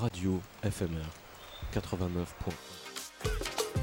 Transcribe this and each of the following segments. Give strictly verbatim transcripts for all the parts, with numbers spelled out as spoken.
Radio F M R quatre-vingt-neuf point un.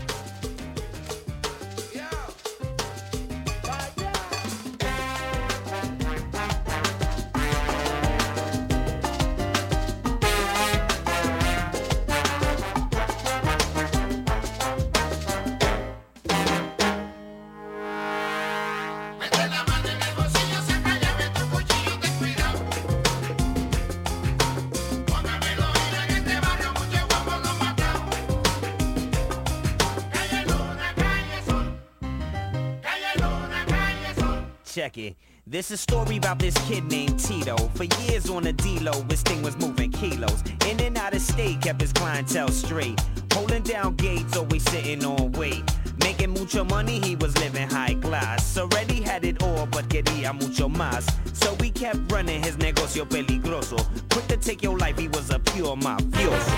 Check it. This is a story about this kid named Tito. For years on the D-Lo, his thing was moving kilos. In and out of state, kept his clientele straight. Holding down gates, always sitting on weight. Making mucho money, he was living high class. Already had it all, but quería mucho más. So we kept running his negocio peligroso. Quick to take your life, he was a pure mafioso.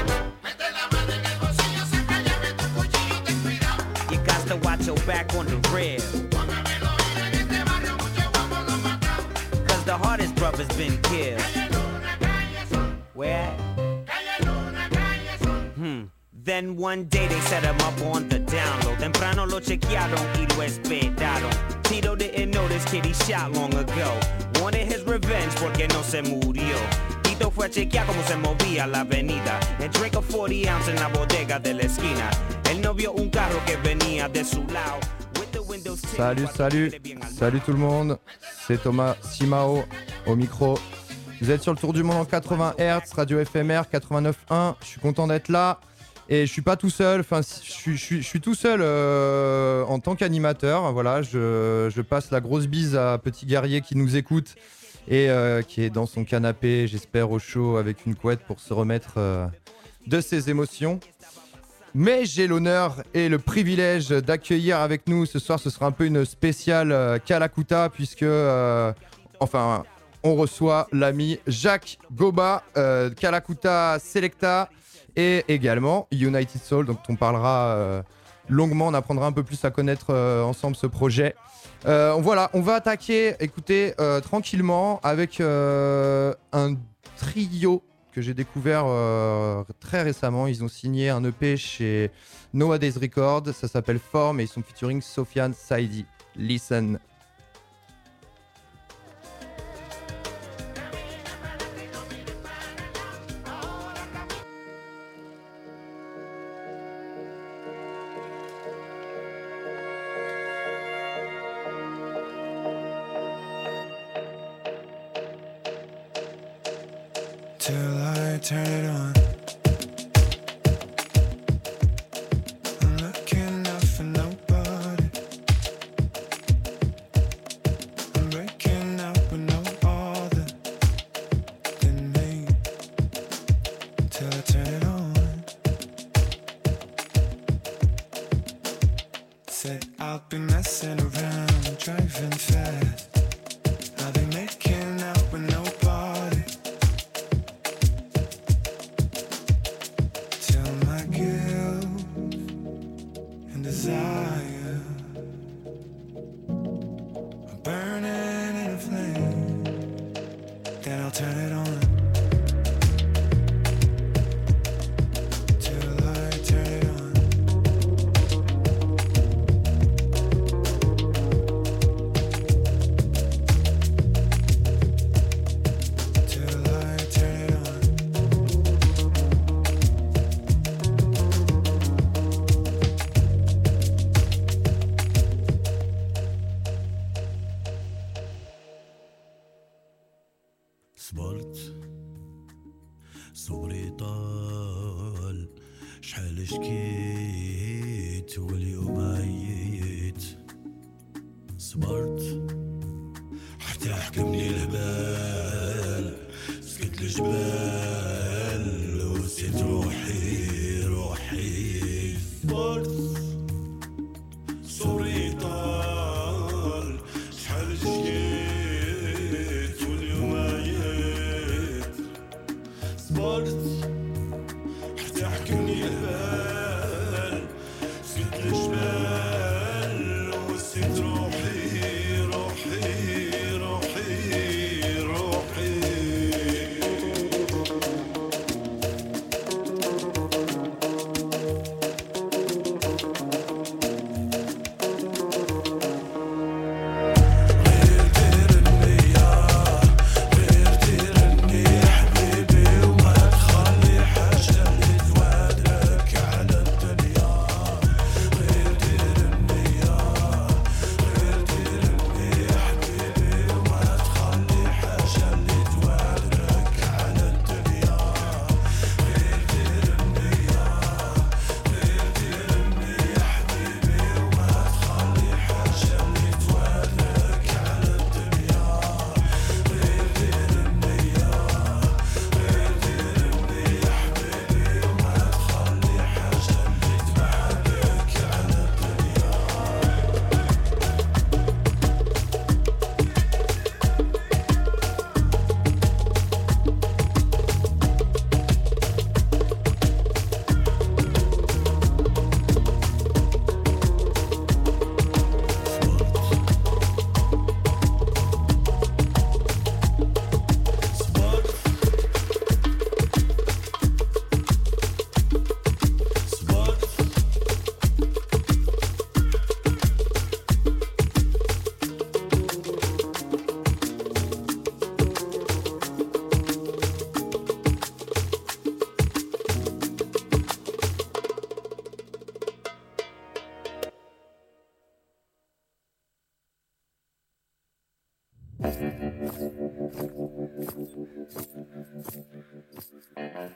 You got to watch your back on the rear. The hardest brother's been killed. Where? Hmm. Then one day they set him up on the download. Temprano lo chequearon y lo esperaron. Tito didn't know this kid he shot long ago. Wanted his revenge porque no se murió. Tito fue a chequear como se movía la avenida. And drank a forty ounce en la bodega de la esquina. Él no vio un carro que venía de su lado. Salut, salut, salut tout le monde, c'est Thomas Simao au micro. Vous êtes sur le tour du monde en quatre-vingts hertz, Radio F M R quatre-vingt-neuf point un. Je suis content d'être là et je suis pas tout seul. Enfin, je suis, je suis, je suis tout seul euh, en tant qu'animateur. Voilà, je, je passe la grosse bise à Petit Guerrier qui nous écoute et euh, qui est dans son canapé, j'espère au chaud avec une couette pour se remettre euh, de ses émotions. Mais j'ai l'honneur et le privilège d'accueillir avec nous ce soir, ce sera un peu une spéciale euh, Kalakuta puisque, euh, enfin, on reçoit l'ami Jacques Goba, euh, Kalakuta Selecta et également United Soul, dont on parlera euh, longuement, on apprendra un peu plus à connaître euh, ensemble ce projet. Euh, voilà, on va attaquer, écoutez, euh, tranquillement avec euh, un trio que j'ai découvert euh, très récemment. Ils ont signé un E P chez Nowadays Records, ça s'appelle Form et ils sont featuring Sofiane Saidi. Listen. Till I turn it on, I'm looking out for nobody. I'm breaking out with no other than me. Till I turn it on. Said I'll be messing around, driving fast. I'll be making out with nobody. Desire, burning in a flame, then I'll turn it on. Till I turn it on. Till I turn it on. صبرت صبري طال شحال شكيت واليوم عييت صبرت حتى حكمني الهبال سكت الجبال وسيت روحي روحي صبرت صبري طال شحال شكيت واليوم عييت صبرت حتى حكمني الهبال سكت الجبال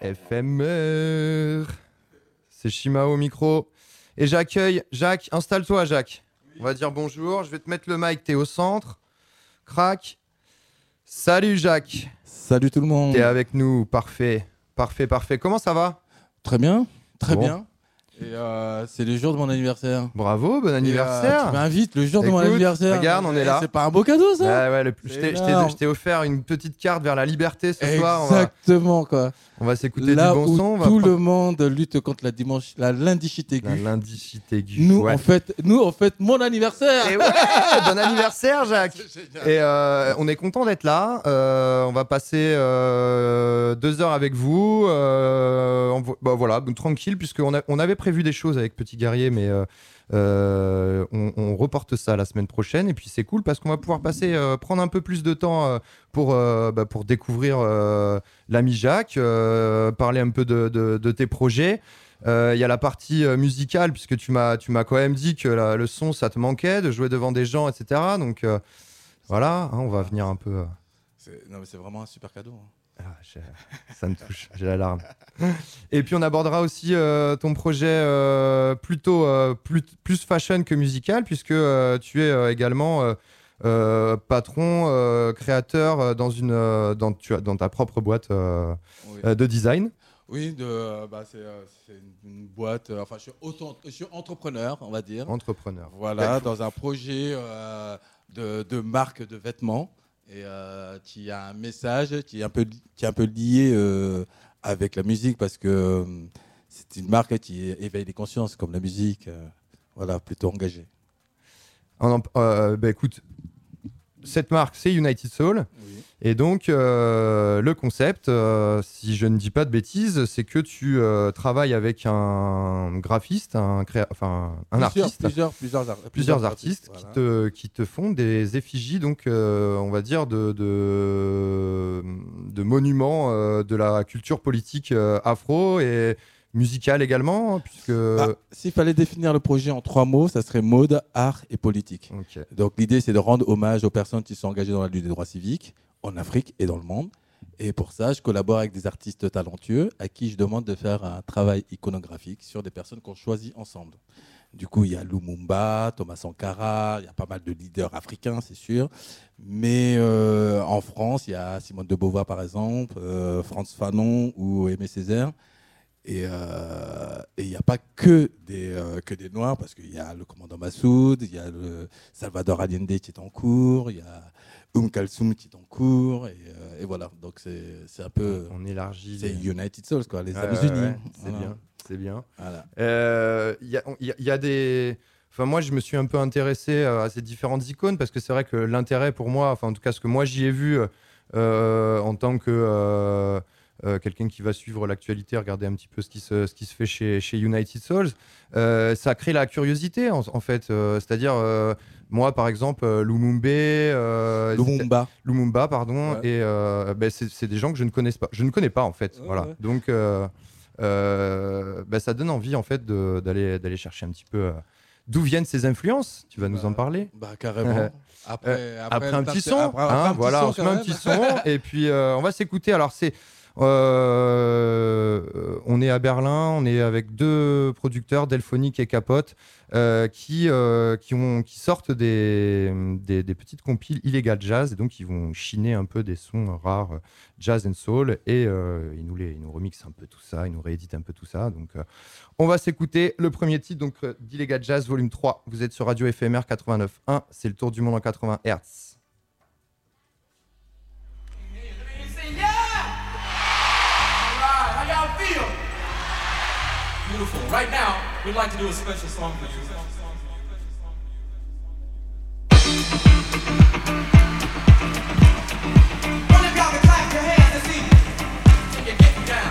F M R. C'est Shimao au micro. Et j'accueille Jacques. Installe-toi, Jacques. On va dire bonjour. Je vais te mettre le mic. T'es au centre. Crac. Salut, Jacques. Salut tout le monde. T'es avec nous. Parfait. Parfait, parfait. Comment ça va? Très bien, très Bon. bien. Et euh, c'est le jour de mon anniversaire. Bravo, bon Et, euh, anniversaire. tu m'invites le jour de mon Écoute, anniversaire. regarde, on est Et là. C'est pas un beau cadeau ça? Ouais, ouais, le- je C'est t'ai- je t'ai énorme. je t'ai offert une petite carte vers la liberté ce soir. On va, Exactement quoi. on va s'écouter Là du bon où son. On va tout prendre le monde lutte contre la dimanche, la lindicite la aiguë. lindicite aiguë. Nous Ouais. on fête, nous on fête mon anniversaire. Et ouais, bon anniversaire, Jacques. Et euh, on est content d'être là. Euh, on va passer euh, deux heures avec vous. Euh, on vo- bah, voilà, donc, tranquille, puisqu'on a- on avait prévu des choses avec Petit Guerrier, mais euh, euh, on, on reporte ça la semaine prochaine. Et puis c'est cool parce qu'on va pouvoir passer, euh, prendre un peu plus de temps euh, pour, euh, bah, pour découvrir euh, l'ami Jacques, euh, parler un peu de, de- de tes projets. Il euh, y a la partie euh, musicale, puisque tu m'as, tu m'as quand même dit que la- le son, ça te manquait, de jouer devant des gens, et cetera. Donc euh, voilà, hein, on va venir un peu... euh, C'est- Non mais c'est vraiment un super cadeau. hein. ah, j'ai- ça me touche, j'ai la larme. Et puis on abordera aussi euh, ton projet euh, plutôt euh, plus, plus fashion que musical, puisque euh, tu es euh, également euh, euh, patron, euh, créateur euh, dans, une, euh, dans, tu as, dans ta propre boîte euh, Oui. euh, de design. Oui, de, euh, bah, c'est, euh, c'est une, une boîte. euh, enfin, je suis, auto, je suis entrepreneur, on va dire. Entrepreneur. Voilà, dans un projet euh, de, de marque de vêtements et euh, qui a un message qui est un peu, li- qui est un peu lié euh, avec la musique parce que euh, c'est une marque qui éveille les consciences comme la musique. euh, voilà, plutôt engagée. On en- euh, bah, écoute, cette marque, c'est United Soul. Oui. Et donc, euh, le concept, euh, si je ne dis pas de bêtises, c'est que tu euh, travailles avec un graphiste, un, créa- enfin, un plusieurs, artiste, Plusieurs, plusieurs, ar- plusieurs artistes qui, voilà. te, qui te font des effigies, donc, euh, on va dire, de, de, de monuments euh, de la culture politique euh, afro et musicale également, puisque... Bah, s'il fallait définir le projet en trois mots, ça serait mode, art et politique. Ok. Donc l'idée, c'est de rendre hommage aux personnes qui sont engagées dans la lutte des droits civiques en Afrique et dans le monde. Et pour ça, je collabore avec des artistes talentueux à qui je demande de faire un travail iconographique sur des personnes qu'on choisit ensemble. Du coup, il y a Lumumba, Thomas Sankara, il y a pas mal de leaders africains, c'est sûr. Mais euh, en France, il y a Simone de Beauvoir, par exemple, euh, Frantz Fanon ou Aimé Césaire. Et euh, et il n'y a pas que des, euh, que des Noirs, parce qu'il y a le commandant Massoud, il y a le Salvador Allende qui est en cours, il y a Oum Kalsoum qui est en cours, et, euh, et voilà. Donc c'est c'est un peu... On élargit. C'est les- United Souls, quoi, les Ouais, âmes ouais, unies. ouais, c'est Voilà. bien, c'est bien. Voilà. Euh, Il y, a, il y a- il y a des. Enfin, moi, je me suis un peu intéressé euh, à ces différentes icônes parce que c'est vrai que l'intérêt pour moi, enfin, en tout cas, ce que moi j'y ai vu euh, en tant que euh, euh, quelqu'un qui va suivre l'actualité, regarder un petit peu ce qui se, ce qui se fait chez, chez United Souls, euh, ça crée la curiosité en, en fait. Euh, c'est-à-dire, euh, moi, par exemple, euh, Lumumba, euh, Lumumba. Lumumba, pardon, Ouais. et euh, ben, c'est c'est des gens que je ne connais pas. Je ne connais pas en fait. Ouais, voilà. ouais. Donc, euh, euh, ben, ça donne envie en fait de- d'aller d'aller chercher un petit peu euh, d'où viennent ces influences. Tu vas nous en Bah, parler Bah, carrément. Après, après un petit après- son. après- après hein, un petit voilà, son, on se quand met un même. petit son et puis euh, on va s'écouter. Alors c'est euh, on est à Berlin, on est avec deux producteurs, Delphonique et Capote, euh, qui, euh, qui, ont, qui sortent des, des, des petites compiles Illegal Jazz, et donc ils vont chiner un peu des sons rares euh, jazz and soul, et euh, ils, nous les, ils nous remixent un peu tout ça, ils nous rééditent un peu tout ça. Donc euh, on va s'écouter le premier titre donc, euh, d'Illegal Jazz, volume trois. Vous êtes sur Radio F M R quatre-vingt-neuf point un, c'est le tour du monde en quatre-vingts hertz. How y'all feel? Beautiful. Right now, we'd like to do a special song for you. One of y'all can clap your hands this evening. Can you get down?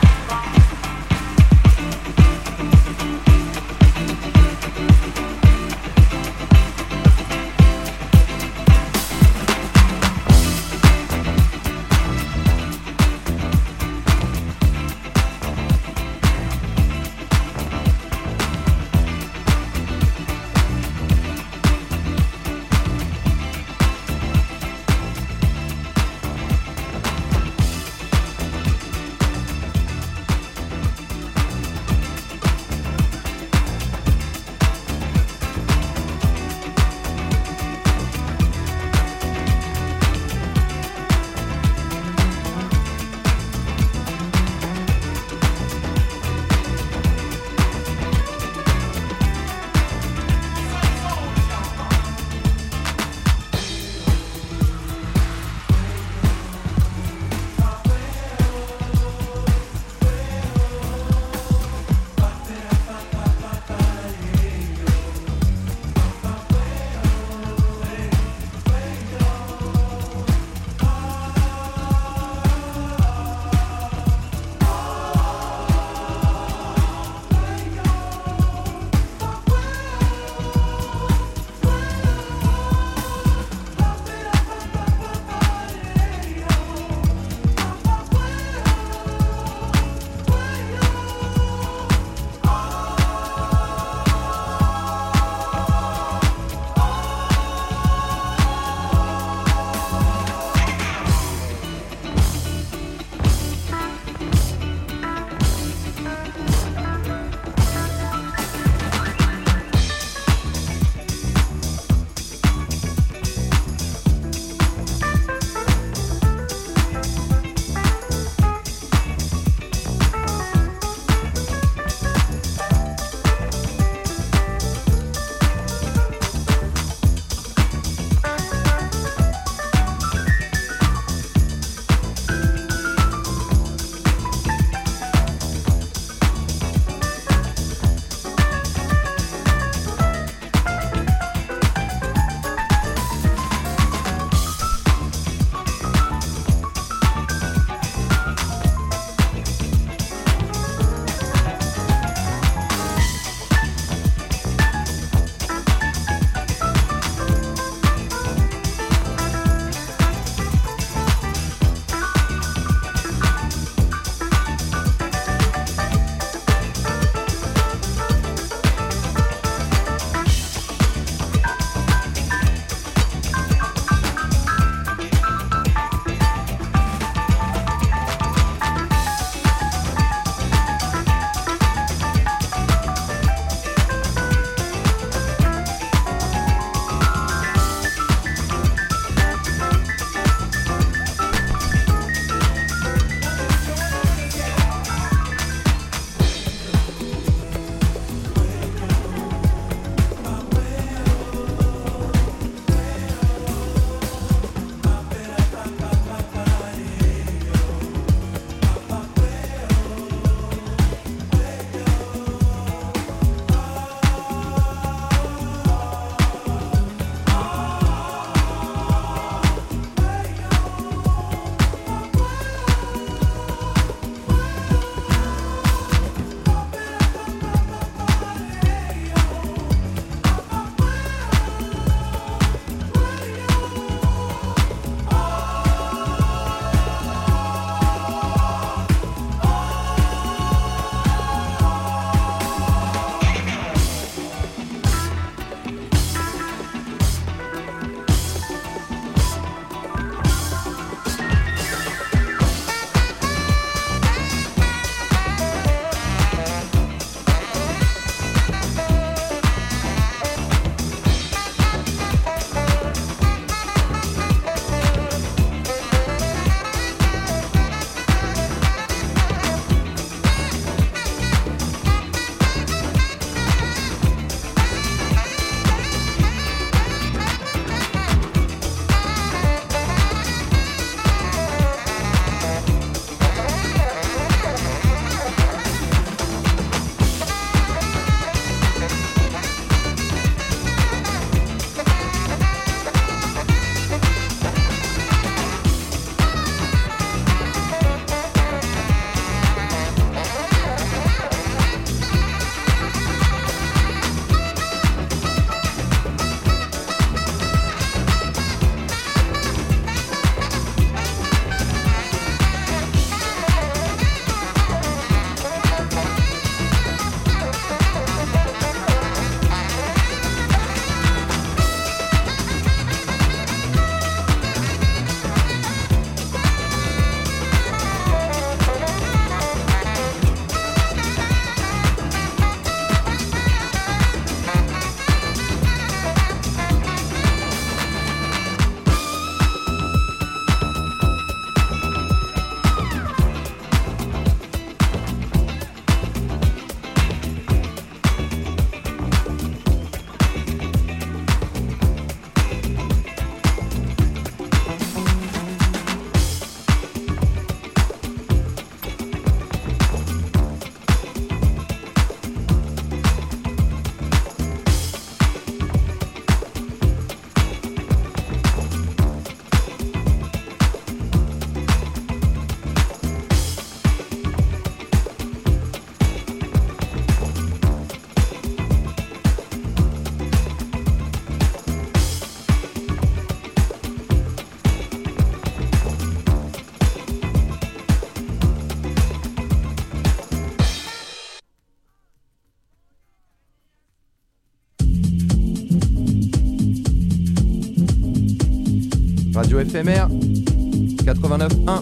Radio F M R quatre-vingt-neuf un.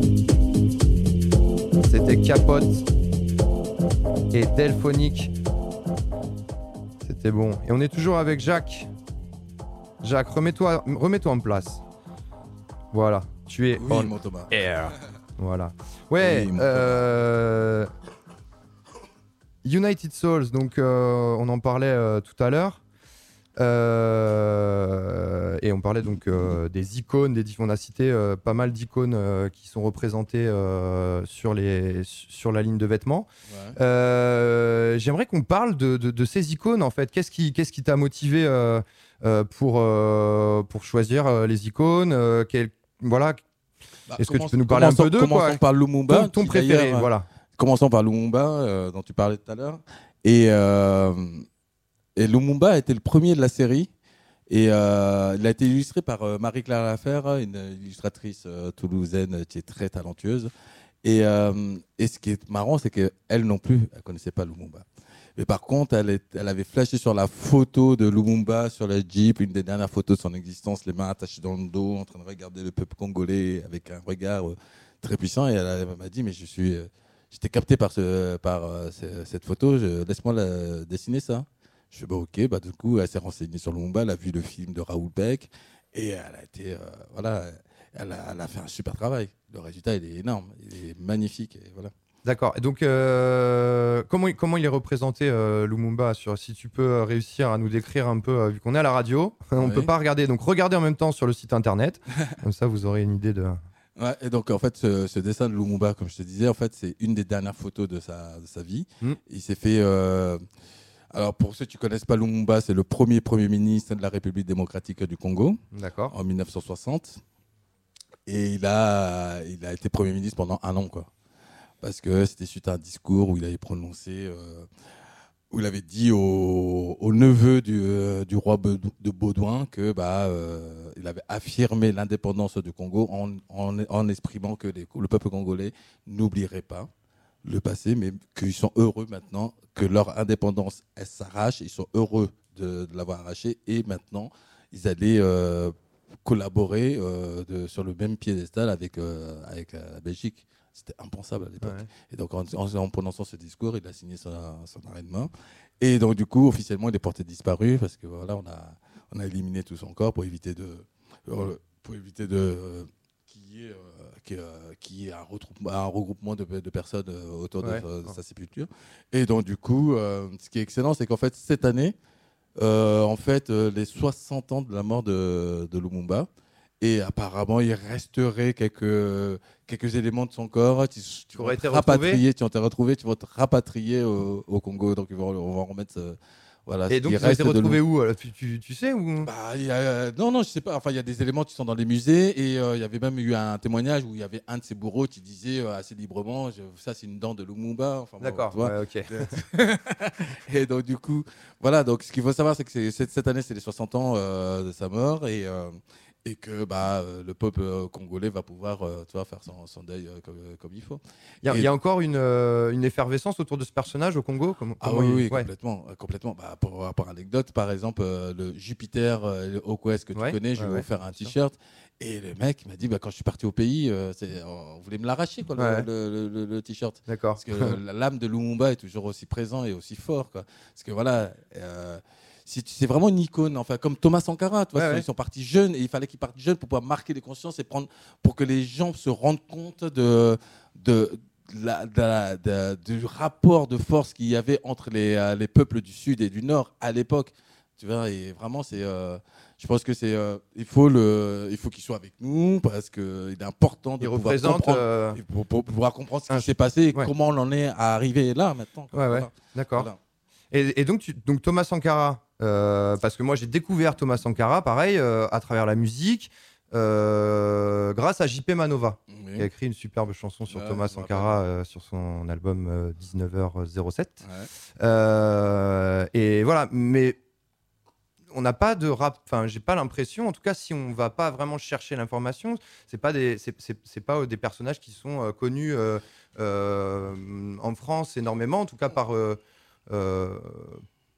C'était Capote et Delphonique. C'était bon. Et on est toujours avec Jacques. Jacques, remets-toi, remets-toi en place. Voilà, tu es Oui, on mon Thomas. air. Voilà. Ouais, Oui, mon euh... United Souls, donc euh, on en parlait euh, tout à l'heure. Euh, et on parlait donc euh, des icônes, des, on a cité euh, pas mal d'icônes euh, qui sont représentées euh, sur, les, sur la ligne de vêtements. Ouais. Euh, j'aimerais qu'on parle de, de, de ces icônes en fait. Qu'est-ce qui, qu'est-ce qui t'a motivé euh, euh, pour, euh, pour choisir euh, les icônes euh, quel, voilà. Bah, Est-ce que tu commence- peux nous parler un commençons- peu d'eux, Commençons quoi par Lumumba. ton, ton qui, préféré, d'ailleurs, voilà. Commençons par Lumumba, euh, dont tu parlais tout à l'heure. Et, euh, et Lumumba était le premier de la série. Et euh, il a été illustré par euh, Marie-Claire Laferre, une illustratrice euh, toulousaine qui est très talentueuse. Et, euh, et ce qui est marrant, c'est qu'elle non plus, elle ne connaissait pas Lumumba. Mais par contre, elle, est, elle avait flashé sur la photo de Lumumba sur la Jeep, une des dernières photos de son existence, les mains attachées dans le dos, en train de regarder le peuple congolais avec un regard euh, très puissant. Et elle, elle m'a dit, mais je suis, euh, j'étais capté par, ce, par euh, ce- cette photo, je, laisse-moi la, dessiner ça. Je fais bah ok, bah du coup elle s'est renseignée sur Lumumba, elle a vu le film de Raoul Peck et elle a été, euh, voilà, elle a, elle a fait un super travail. Le résultat il est énorme, il est magnifique et voilà. D'accord. Et donc, euh, comment, il- comment il est représenté, euh, Lumumba sur, si tu peux euh, réussir à nous décrire un peu, euh, vu qu'on est à la radio, on ne Oui. peut pas regarder. Donc, regardez en même temps sur le site internet. Comme ça, vous aurez une idée de. Ouais, et donc en fait ce, ce dessin de Lumumba, comme je te disais, en fait c'est une des dernières photos de sa, de sa vie. Mm. Il s'est fait. Euh, alors pour ceux qui ne connaissent pas Lumumba, c'est le premier premier ministre de la République démocratique du Congo. D'accord. En mille neuf cent soixante. Et il a, il a été Premier ministre pendant un an, quoi. Parce que c'était suite à un discours où il avait prononcé, euh, où il avait dit au, au neveu du, euh, du roi Be- de Baudouin que bah, euh, il avait affirmé l'indépendance du Congo en, en, en exprimant que les- le peuple congolais n'oublierait pas le passé, mais qu'ils sont heureux maintenant que leur indépendance elle s'arrache. Ils sont heureux de, de l'avoir arrachée et maintenant ils allaient euh, collaborer euh, de, sur le même piédestal avec, euh, avec euh, la Belgique. C'était impensable à l'époque. Ouais. Et donc, en, en, en prononçant ce discours, il a signé son, son arrêt de mort. Et donc, du coup, officiellement, il est porté disparu parce que voilà, on a, on a éliminé tout son corps pour éviter de, euh, pour éviter de euh, qu'il y ait, euh, qu'il y ait, euh, qu'il y ait un, retroupement- un regroupement de, de personnes euh, autour Ouais. de, sa- de sa sépulture. Et donc, du coup, euh, ce qui est excellent, c'est qu'en fait, cette année, euh, en fait, euh, les soixante ans de la mort de, de Lumumba. Et apparemment, il resterait quelques, quelques éléments de son corps. Tu, tu auraient vas été te rapatrier, retrouvés tu vas te retrouver, tu vas te rapatrier au, au Congo. Donc, ils vont- on va en remettre. ce- voilà, Et ce donc, qui ils ont été reste de retrouvés Lumumba. où alors, tu, tu, tu sais où Bah, il y a- non, non, je sais pas. Enfin, il y a des éléments qui sont dans les musées et euh, il y avait même eu un témoignage où il y avait un de ses bourreaux qui disait euh, assez librement, je- ça c'est une dent de Lumumba. Enfin, bon, D'accord. tu vois. Ouais, ok. Et donc du coup, voilà. Donc ce qu'il faut savoir, c'est que c'est- cette, cette année, c'est les soixante ans euh, de sa mort et euh, et que bah euh, le peuple euh, congolais va pouvoir, euh, tu vois, faire son, son deuil euh, comme, comme il faut. Il y, a- Et- il y a encore une, euh, une effervescence autour de ce personnage au Congo comme, Ah comment oui, il- oui, ouais. complètement, euh, complètement. Bah, pour, pour anecdote, par exemple, euh, le Jupiter euh, au Quest que tu Ouais, connais, je ouais, lui ai ouais, offert un bien sûr. t-shirt. Et le mec m'a dit, bah, quand je suis parti au pays, euh, c'est- on voulait me l'arracher, quoi, le- Ouais. le, le- le- le t-shirt. D'accord. Parce que la l'âme de Lumumba est toujours aussi présente et aussi fort, quoi. Parce que voilà, euh, si tu- c'est vraiment une icône, enfin, comme Thomas Sankara, tu vois, Ouais, ils sont- ouais. ils sont partis jeunes et il fallait qu'ils partent jeunes pour pouvoir marquer les consciences et prendre, pour que les gens se rendent compte de, de, la- de la- de- du rapport de force qu'il y avait entre les, euh, les peuples du Sud et du Nord à l'époque. Tu vois, et vraiment, c'est, euh, je pense que c'est, euh, il faut le, il faut qu'il soit avec nous parce que il est important de Il pouvoir représente. comprendre, euh, et pour, pour pouvoir comprendre ce un- qui s'est passé et ouais. comment on en est arrivé là maintenant. quoi. Ouais, ouais. Voilà. D'accord. Voilà. Et, et donc, tu, donc Thomas Sankara, euh, parce que moi j'ai découvert Thomas Sankara, pareil, euh, à travers la musique, euh, grâce à J P Manova, Oui. qui a écrit une superbe chanson sur Ouais, Thomas je me Sankara euh, sur son album euh, dix-neuf heures zéro sept. Ouais. Euh, et voilà, mais on n'a pas de rap, enfin, j'ai pas l'impression, en tout cas, si on va pas vraiment chercher l'information, c'est pas des, c'est, c'est, c'est pas euh, des personnages qui sont euh, connus euh, euh, en France énormément, en tout cas par. Euh, euh,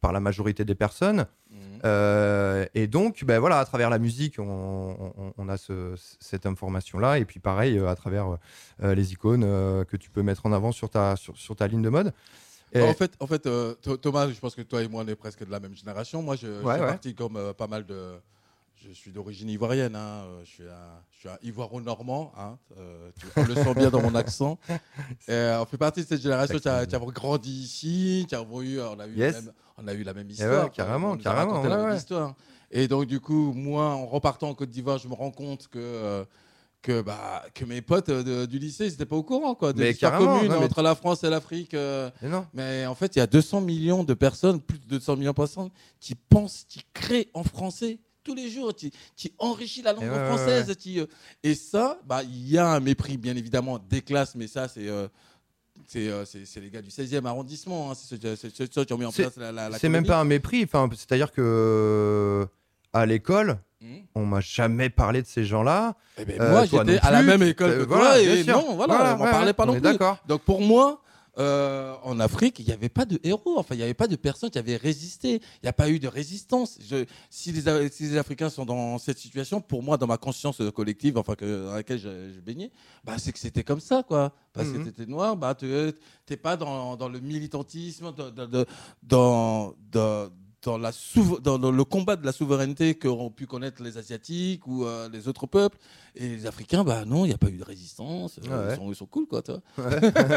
par la majorité des personnes. Mhm. Euh, et donc, ben voilà, à travers la musique, on, on- on a ce- cette information-là. Et puis pareil, euh, à travers euh, les icônes euh, que tu peux mettre en avant sur ta, sur, sur ta ligne de mode. Et- En fait, en fait euh, Tho- Thomas, je pense que toi et moi, on est presque de la même génération. Moi, je, je Ouais, suis ouais. parti comme euh, pas mal de... Je suis d'origine ivoirienne, hein. euh, je suis un, je suis un ivoiro-normand, hein. euh, tu, on le sent bien dans mon accent. Et, euh, on fait partie de cette génération qui a, qui a grandi ici, qui a eu, on a eu, Yes. la, même, on a eu la même ouais, histoire. carrément, on nous a carrément, raconté la ouais, même ouais. histoire. Et donc du coup, moi, en repartant en Côte d'Ivoire, je me rends compte que euh, que bah que mes potes euh, de- du lycée, ils n'étaient pas au courant quoi, de Mais l'histoire carrément, commune non, mais- entre la France et l'Afrique. euh, Mais non. mais en fait, il y a deux cents millions de personnes, plus de deux cents millions de personnes, qui pensent, qui créent en français tous les jours, qui, qui enrichissent la langue Et ouais, ouais, française. ouais. qui, euh, et ça, bah, il y a un mépris, bien évidemment, des classes, mais ça, c'est euh, c'est euh, c'est- c'est les gars du seizième arrondissement. Hein, c'est ceux, c'est- c'est ceux qui ont mis en C'est- place la, la, la C'est même colonie. pas un mépris. Enfin, c'est-à-dire que euh, à l'école, Mhm. on m'a jamais parlé de ces gens-là. Eh ben, Euh, moi, toi j'étais non à la plus. même école Euh, que voilà, toi, bien et sûr. non, voilà, Voilà, on m'en ouais, parlait pas on non est plus. d'accord. Donc pour moi, euh, en Afrique, il n'y avait pas de héros, enfin, il n'y avait pas de personnes qui avaient résisté. Il n'y a pas eu de résistance. Je- si, les, A- si les Africains sont dans cette situation, pour moi, dans ma conscience euh, collective, enfin, que, dans laquelle je, je baignais, bah, c'est que c'était comme ça, quoi. Parce Mhm. que tu étais noir, bah, tu n'es pas dans, dans le militantisme, dans, dans, dans, dans, dans la souve- dans, dans le combat de la souveraineté qu'auront pu connaître les Asiatiques ou euh, les autres peuples. Et les Africains, bah non, il n'y a pas eu de résistance. Euh, Ouais. ils, sont, ils sont cool, quoi, toi. Ouais.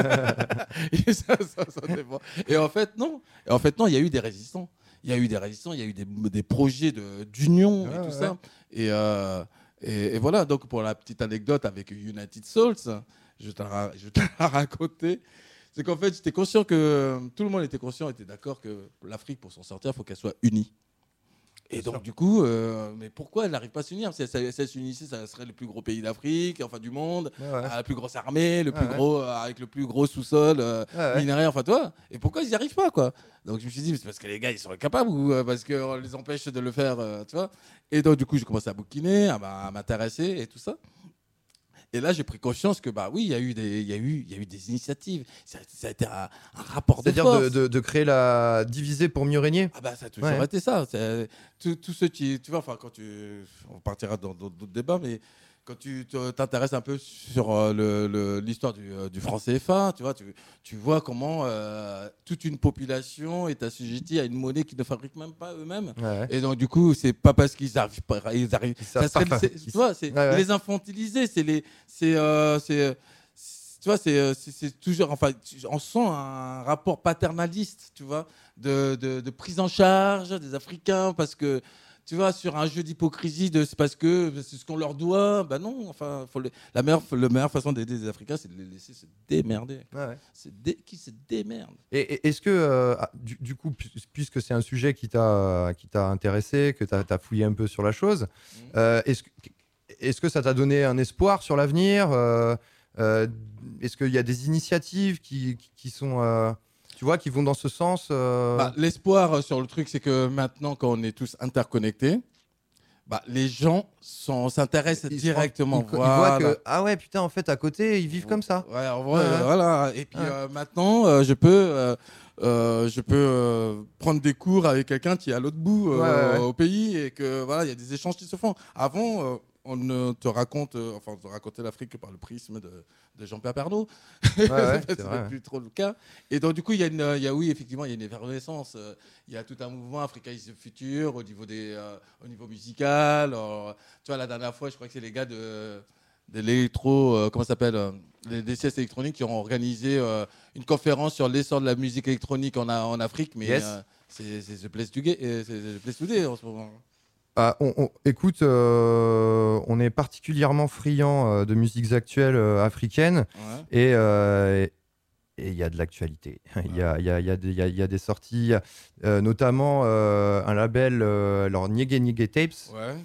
et, ça, ça, ça dépend. Et en fait, non. Et en fait, non, il y a eu des résistants. Il y a eu des résistants, il y a eu des, des projets de- d'union Ouais, et tout ouais. ça. Et, euh, et, et voilà, donc pour la petite anecdote avec United Souls, je vais te la, ra- je vais te la raconter. C'est qu'en fait, j'étais conscient que euh, tout le monde était conscient, était d'accord que l'Afrique, pour s'en sortir, il faut qu'elle soit unie. Et donc, du coup, euh, mais pourquoi elle n'arrive pas à s'unir? Si elle, si elle s'unissait, ça serait le plus gros pays d'Afrique, enfin du monde, Ouais, ouais. la plus grosse armée, le plus Ouais, ouais. gros, euh, avec le plus gros sous-sol, euh, Ouais, ouais. minerai, enfin toi. Et pourquoi ils n'y arrivent pas, quoi? Donc je me suis dit, mais c'est parce que les gars, ils sont incapables ou euh, parce qu'on les empêche de le faire, euh, tu vois? Et donc, du coup, j'ai commencé à bouquiner, à m'a- à m'intéresser et tout ça. Et là, j'ai pris conscience que, bah oui, il y a eu des, il y a eu, il y a eu des initiatives. Ça, ça a été un, un rapport de C'est-à-dire force. de, de- de créer la diviser pour mieux régner. Ah bah ça a toujours Ouais. été ça. C'est- Tous tous ceux qui, tu vois, enfin quand tu, on partira dans dans d'autres débats, mais quand tu te- t'intéresses un peu sur euh, le- le- l'histoire du, euh, du franc C F A, tu vois, tu, tu vois comment euh, toute une population est assujettie à une monnaie qu'ils ne fabriquent même pas eux-mêmes. Ouais. Et donc du coup, c'est pas parce qu'ils arrivent pas, ils arrivent. Ils savent ça serait- pas. c'est- Ils- tu vois, c'est Ouais, ouais. les infantiliser, c'est les, c'est, euh, c'est, c'est- tu vois, c'est, euh, c'est c'est toujours, enfin, tu- on sent un rapport paternaliste, tu vois, de, de, de prise en charge des Africains parce que. Tu vois, sur un jeu d'hypocrisie, de c'est parce que c'est ce qu'on leur doit. Ben non, enfin, faut les- la, meilleure, la meilleure façon d'aider les Africains, c'est de les laisser se démerder. Ouais, ouais. C'est dé- qui se démerde. Et, et est-ce que, euh, ah, du, du coup, pu- puisque c'est un sujet qui t'a qui t'a intéressé, que tu as fouillé un peu sur la chose, euh, est-ce que, est-ce que ça t'a donné un espoir sur l'avenir euh, euh, Est-ce qu'il y a des initiatives qui, qui, qui sont, euh, tu vois, qui vont dans ce sens euh, Bah, l'espoir euh, sur le truc, c'est que maintenant, quand on est tous interconnectés, bah, les gens sont- s'intéressent ils se directement. rendent- ils, ils Voilà. voient que, ah ouais, putain, en fait, à côté, ils vivent comme ça. Ouais, en vrai, Ouais, ouais. euh, voilà. Et puis Ouais. euh, maintenant, euh, je peux, euh, euh, je peux euh, prendre des cours avec quelqu'un qui est à l'autre bout euh, Ouais, ouais, ouais. au pays et que voilà, il y a des échanges qui se font. Avant, euh, on ne te raconte, euh, enfin, on te racontait l'Afrique que par le prisme de, de Jean-Pierre Pernaut. Ouais, ouais, c'est c'est vrai, ouais. plus trop le cas. Et donc du coup, il y a une, il y a oui, effectivement, il y a une effervescence. euh, Il y a tout un mouvement Africa is the Future au niveau des, euh, au niveau musical. Alors, tu vois, la dernière fois, je crois que c'est les gars de de l'électro, euh, comment ça s'appelle, euh, les D C S électroniques qui ont organisé euh, une conférence sur l'essor de la musique électronique en, en Afrique, mais Yes. euh, c'est c'est The Place Today, euh, c'est The Place Today en ce moment. Ah, on, on- écoute, euh, on est particulièrement friand euh, de musiques actuelles euh, africaines Ouais. et euh, et il y a de l'actualité. Il y a, il y, a, il y, a des- il y a- il y a des sorties, euh, notamment euh, un label, euh, alors Nyege Nyege Tapes, Ouais.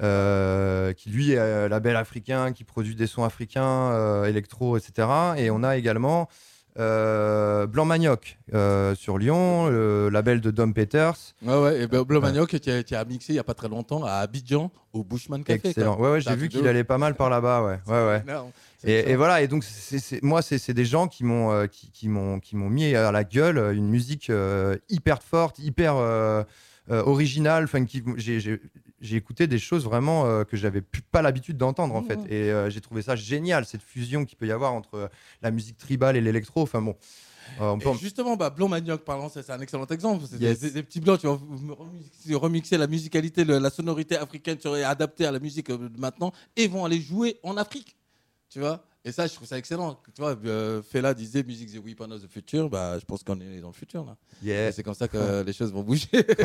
euh, qui lui est un label africain, qui produit des sons africains, euh, électro, et cetera. Et on a également Euh, Blanc Manioc euh, sur Lyon, le label de Dom Peters. Ouais, ouais, et ben, Blanc Manioc qui a, qui a mixé il n'y a pas très longtemps à Abidjan, au Bushman Café. Excellent. Quoi. Ouais, ouais, j'ai vu qu'il allait pas mal par là-bas. Ouais, ouais, ouais. Et, et voilà, et donc c'est, c'est, moi, c'est, c'est des gens qui m'ont, euh, qui, qui, m'ont, qui m'ont mis à la gueule une musique euh, hyper forte, hyper euh, euh, originale. Enfin, qui, j'ai, j'ai, j'ai écouté des choses vraiment euh, que j'avais plus, pas l'habitude d'entendre en Mmh. fait. Et euh, j'ai trouvé ça génial, cette fusion qu'il peut y avoir entre la musique tribale et l'électro. Enfin bon. Euh, on peut Et en- justement, bah, Blanc Manioc, parlant, c'est, c'est un excellent exemple. C'est Yes. des, des- des petits blancs, tu vas remixer, remixer la musicalité, le- la sonorité africaine serait adaptée à la musique euh, de maintenant et vont aller jouer en Afrique. Tu vois. Et ça, je trouve ça excellent. Tu vois, euh, Fela disait Music the Weapon of the Future. Bah, je pense qu'on est dans le futur là. Yeah. Et c'est comme ça que euh, les choses vont bouger.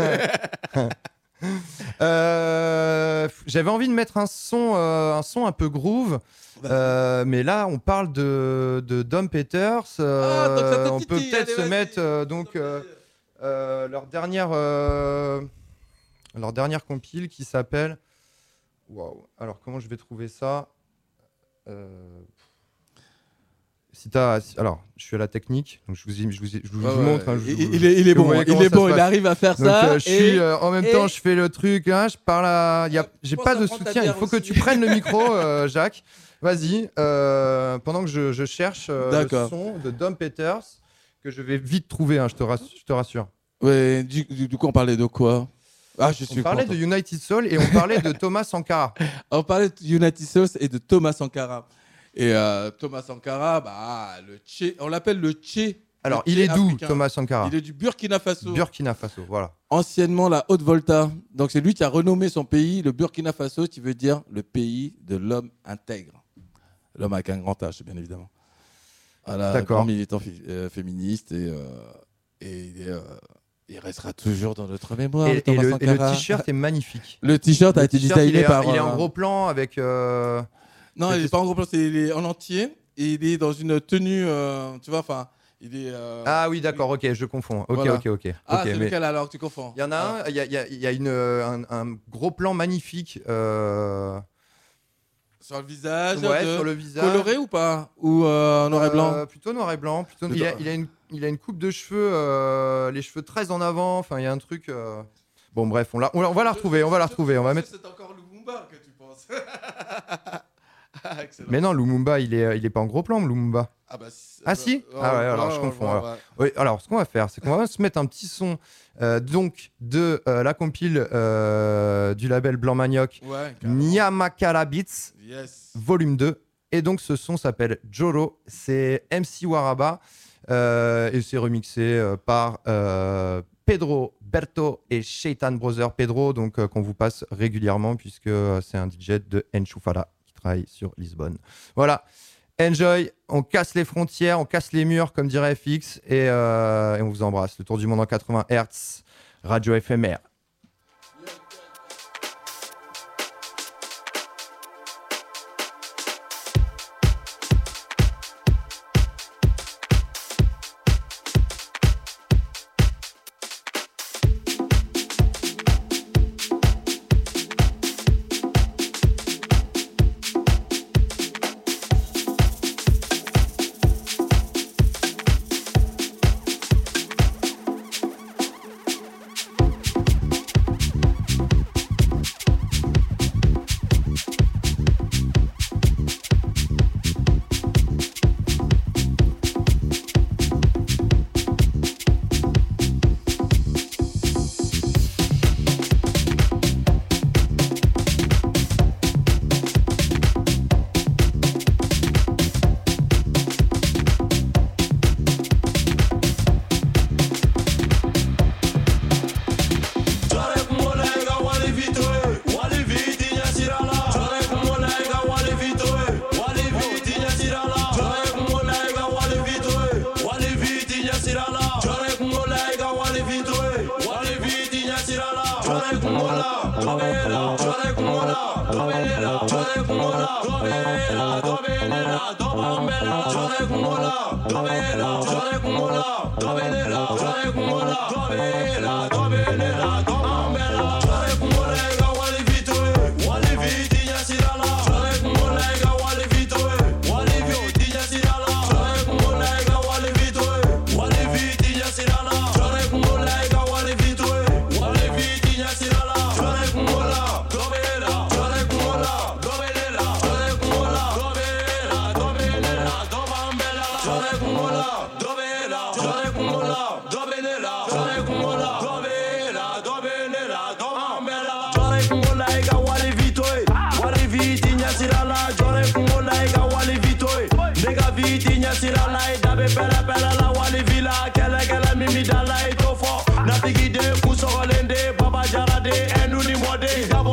Euh, j'avais envie de mettre un son, euh, un son un peu groove, euh, mais là on parle de, de Dom Peters. euh, Ah, donc ça te on peut titille, peut-être allez, se vas-y. mettre euh, donc euh, euh, leur dernière, euh, leur dernière compile qui s'appelle. Waouh. Alors comment je vais trouver ça? Euh, Si t'as, si- alors, je suis à la technique, donc je vous, y- je vous, y- je vous, je Ouais, vous ouais. montre. hein, je il, vous- il est, il est que vous bon, voyez il comment est ça bon, se il passe. arrive à faire Donc, ça. euh, je et- suis euh, en même et- temps, je fais le truc. Hein, je parle à. y a- j'ai pense pas à de prendre ta soutien. Il bière faut que aussi. tu prennes le micro, euh, Jacques. Vas-y. euh, pendant que je, je cherche euh, le D'accord. son de Dom Peters, que je vais vite trouver. Hein, je te rassure. Je te rassure. Ouais, du, du, du coup, on parlait de quoi? Ah, je suis On parlait content. de United Soul et on parlait de Thomas Sankara. On parlait de United Sauce et de Thomas Sankara. Et euh, Thomas Sankara, bah, le Tché, on l'appelle le Tché. Alors, le il Tché est d'où, africain. Thomas Sankara? Il est du Burkina Faso. Burkina Faso. Voilà. Anciennement la Haute-Volta. Donc c'est lui qui a renommé son pays, le Burkina Faso, qui veut dire le pays de l'homme intègre. L'homme avec un grand H, bien évidemment. Voilà, D'accord. grand militant fi- euh, féministe et, euh, et il, est, euh, il restera toujours dans notre mémoire. Et, et Thomas le, et le Sankara. t-shirt est magnifique. Le t-shirt a Le été t-shirt, designé il est, par. il est euh, en gros plan avec. euh, Non, c'est- il n'est pas en gros plan, c'est, il est en entier et il est dans une tenue, euh, tu vois, enfin, il est. euh, Ah oui, d'accord, ok, je confonds. Ok, Voilà. ok, ok. Ah, ok, c'est mais lequel alors que tu confonds? il y en a un, il y a, il y a- il y a une, euh, un, un gros plan magnifique. euh, Sur le visage, ouais, de- sur le visage. coloré ou pas? Ou euh, noir et blanc? Euh, Plutôt noir et blanc. Plutôt, Plutôt- il, a, il, a une, il a une coupe de cheveux, euh, les cheveux très en avant. Enfin, il y a un truc. euh, Bon, bref, on, la, on, la- on va la retrouver. On va la retrouver. On va mettre. C'est encore Lumumba que tu penses. Ah, excellent. Mais non, Lumumba, il est, il est pas en gros plan, Lumumba. Ah, bah, si- Ah, si euh, Ah ouais, euh, alors, je euh, confonds, ouais, alors. ouais. Oui, alors, ce qu'on va faire, c'est qu'on va se mettre un petit son euh, donc de euh, la compile euh, du label Blanc Manioc, Ouais, carrément. Nyamakala Beats, Yes. volume deux. Et donc, ce son s'appelle Joro. C'est M C Waraba. euh, et c'est remixé euh, par euh, Pedro Berto et Shaitan Brother Pedro, donc euh, qu'on vous passe régulièrement, puisque euh, c'est un D J de Enchufala qui travaille sur Lisbonne. Voilà. Enjoy, on casse les frontières, on casse les murs, comme dirait F X, et, euh, et on vous embrasse. Le tour du monde en quatre-vingts hertz, radio F M R. Wale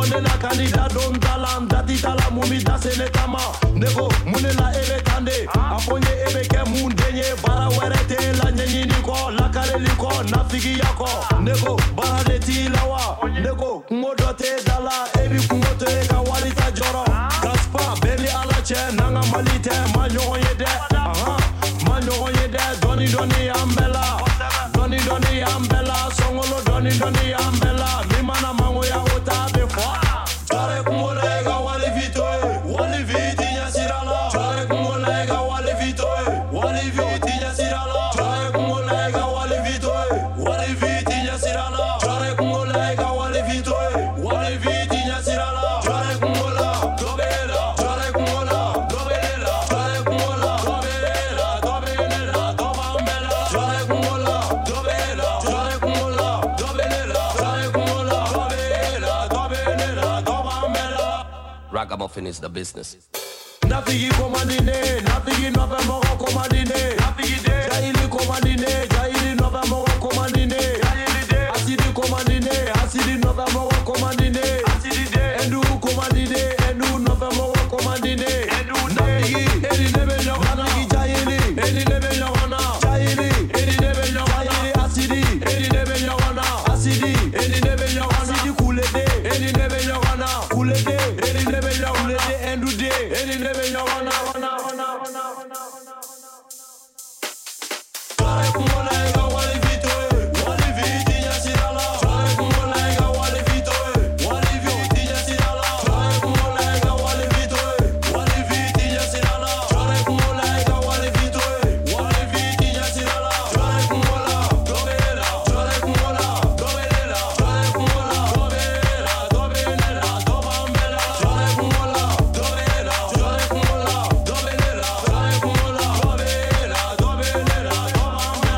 monela kanida don talam dati tala mumi dasene tama nego monela ebe kande aponye ebe ke mundenye bara werete la nyenyini ko la kareli ko nafigi yako nego bara de tilawa nego ngodote dala ebi kumote ka walita joro gaspa beli ala che nanga malite manyo yede aha manyo yede doni doni ambela doni doni ambela songolo doni doni ambela mimana mango ya ota befo tare kumolega wali vito wali viti nyasirala tare kumolega wali vito wali viti nyasirala tare kumolega wali vito wali viti nyasirala tare kumolega wali vito wali viti nyasirala tare kumola dobela tare kumola dobela tare kumola dobela dobela dobambela tare kumola dobela tare kumola dobela tare kumola dobela dobela dobambela. Ragamuffin is the business. Nafigi komandine, nafigi nope moko komandine, nafigi de, jaili komandine, jaili nope moko komandine, jaili de, asidi komandine, asidi nope moko komandine, asidi de, endu komandine, endu nope moko komandine, endu nafigi, eri nebe nyokana, nafigi jaili, eri nebe nyokana, jaili, eri nebe nyokana, asidi, eri nebe nyokana, asidi, eri nebe nyokana, asidi kulede, eri nebe nyokana, kulede, eri nebe nyokana, kulede, endu de, eri nebe nyokana, wana, wana, wana, wana, wana. Tare kumolega wali vito, wali viti nyasirala. Tare kumolega wali vito, wali viti nyasirala. Tare kumolega wali vito, wali viti nyasirala. Tare kumolega wali vito, wali viti nyasirala. Tare kumola dobela, tare kumola dobela, tare kumola dobela, dobela, dobambela. Tare kumola dobela, tare kumola dobela, tare kumola dobela, dobela, dobambela.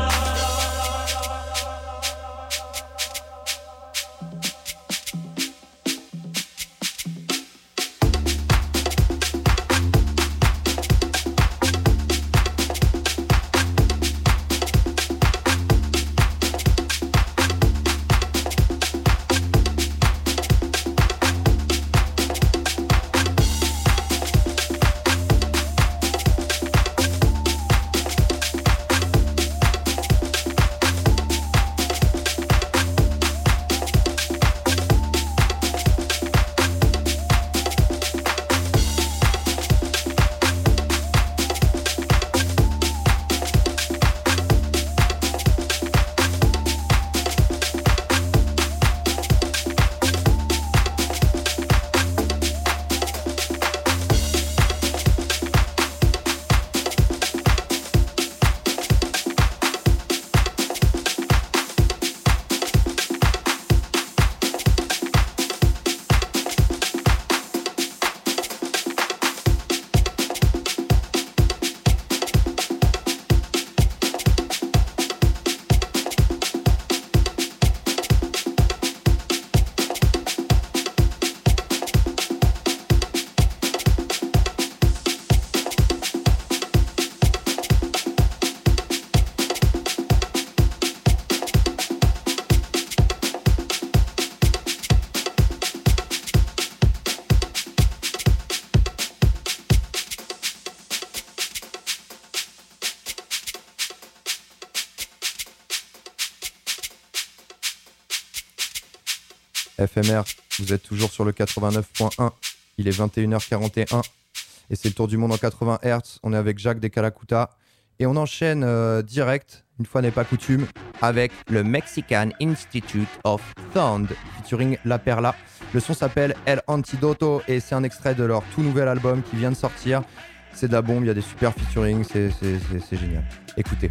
F M R, vous êtes toujours sur le quatre-vingt-neuf point un, il est vingt et une heures quarante et un et c'est le tour du monde en quatre-vingts hertz. On est avec Jacques des Calacuta et on enchaîne euh, direct, une fois n'est pas coutume, avec le Mexican Institute of Sound featuring La Perla. Le son s'appelle El Antidoto et c'est un extrait de leur tout nouvel album qui vient de sortir. C'est de la bombe, il y a des super featuring, c'est, c'est, c'est, c'est génial. Écoutez.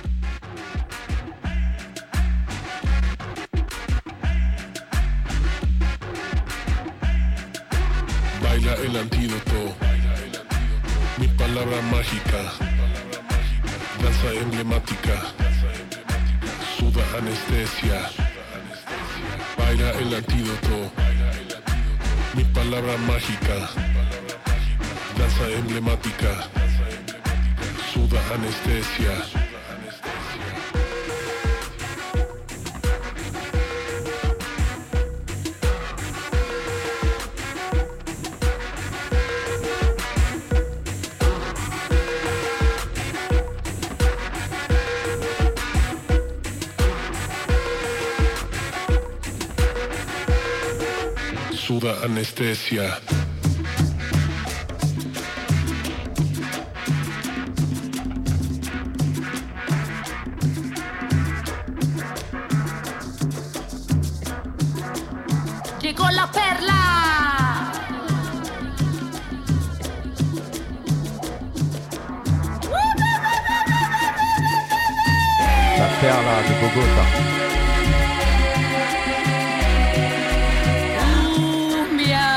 Baila el antídoto, mi palabra mágica, danza emblemática, suda anestesia. Baila el antídoto, mi palabra mágica, danza emblemática, suda anestesia. suda anestesia. Llegó la perla. La perla de Bogota. Cumbia.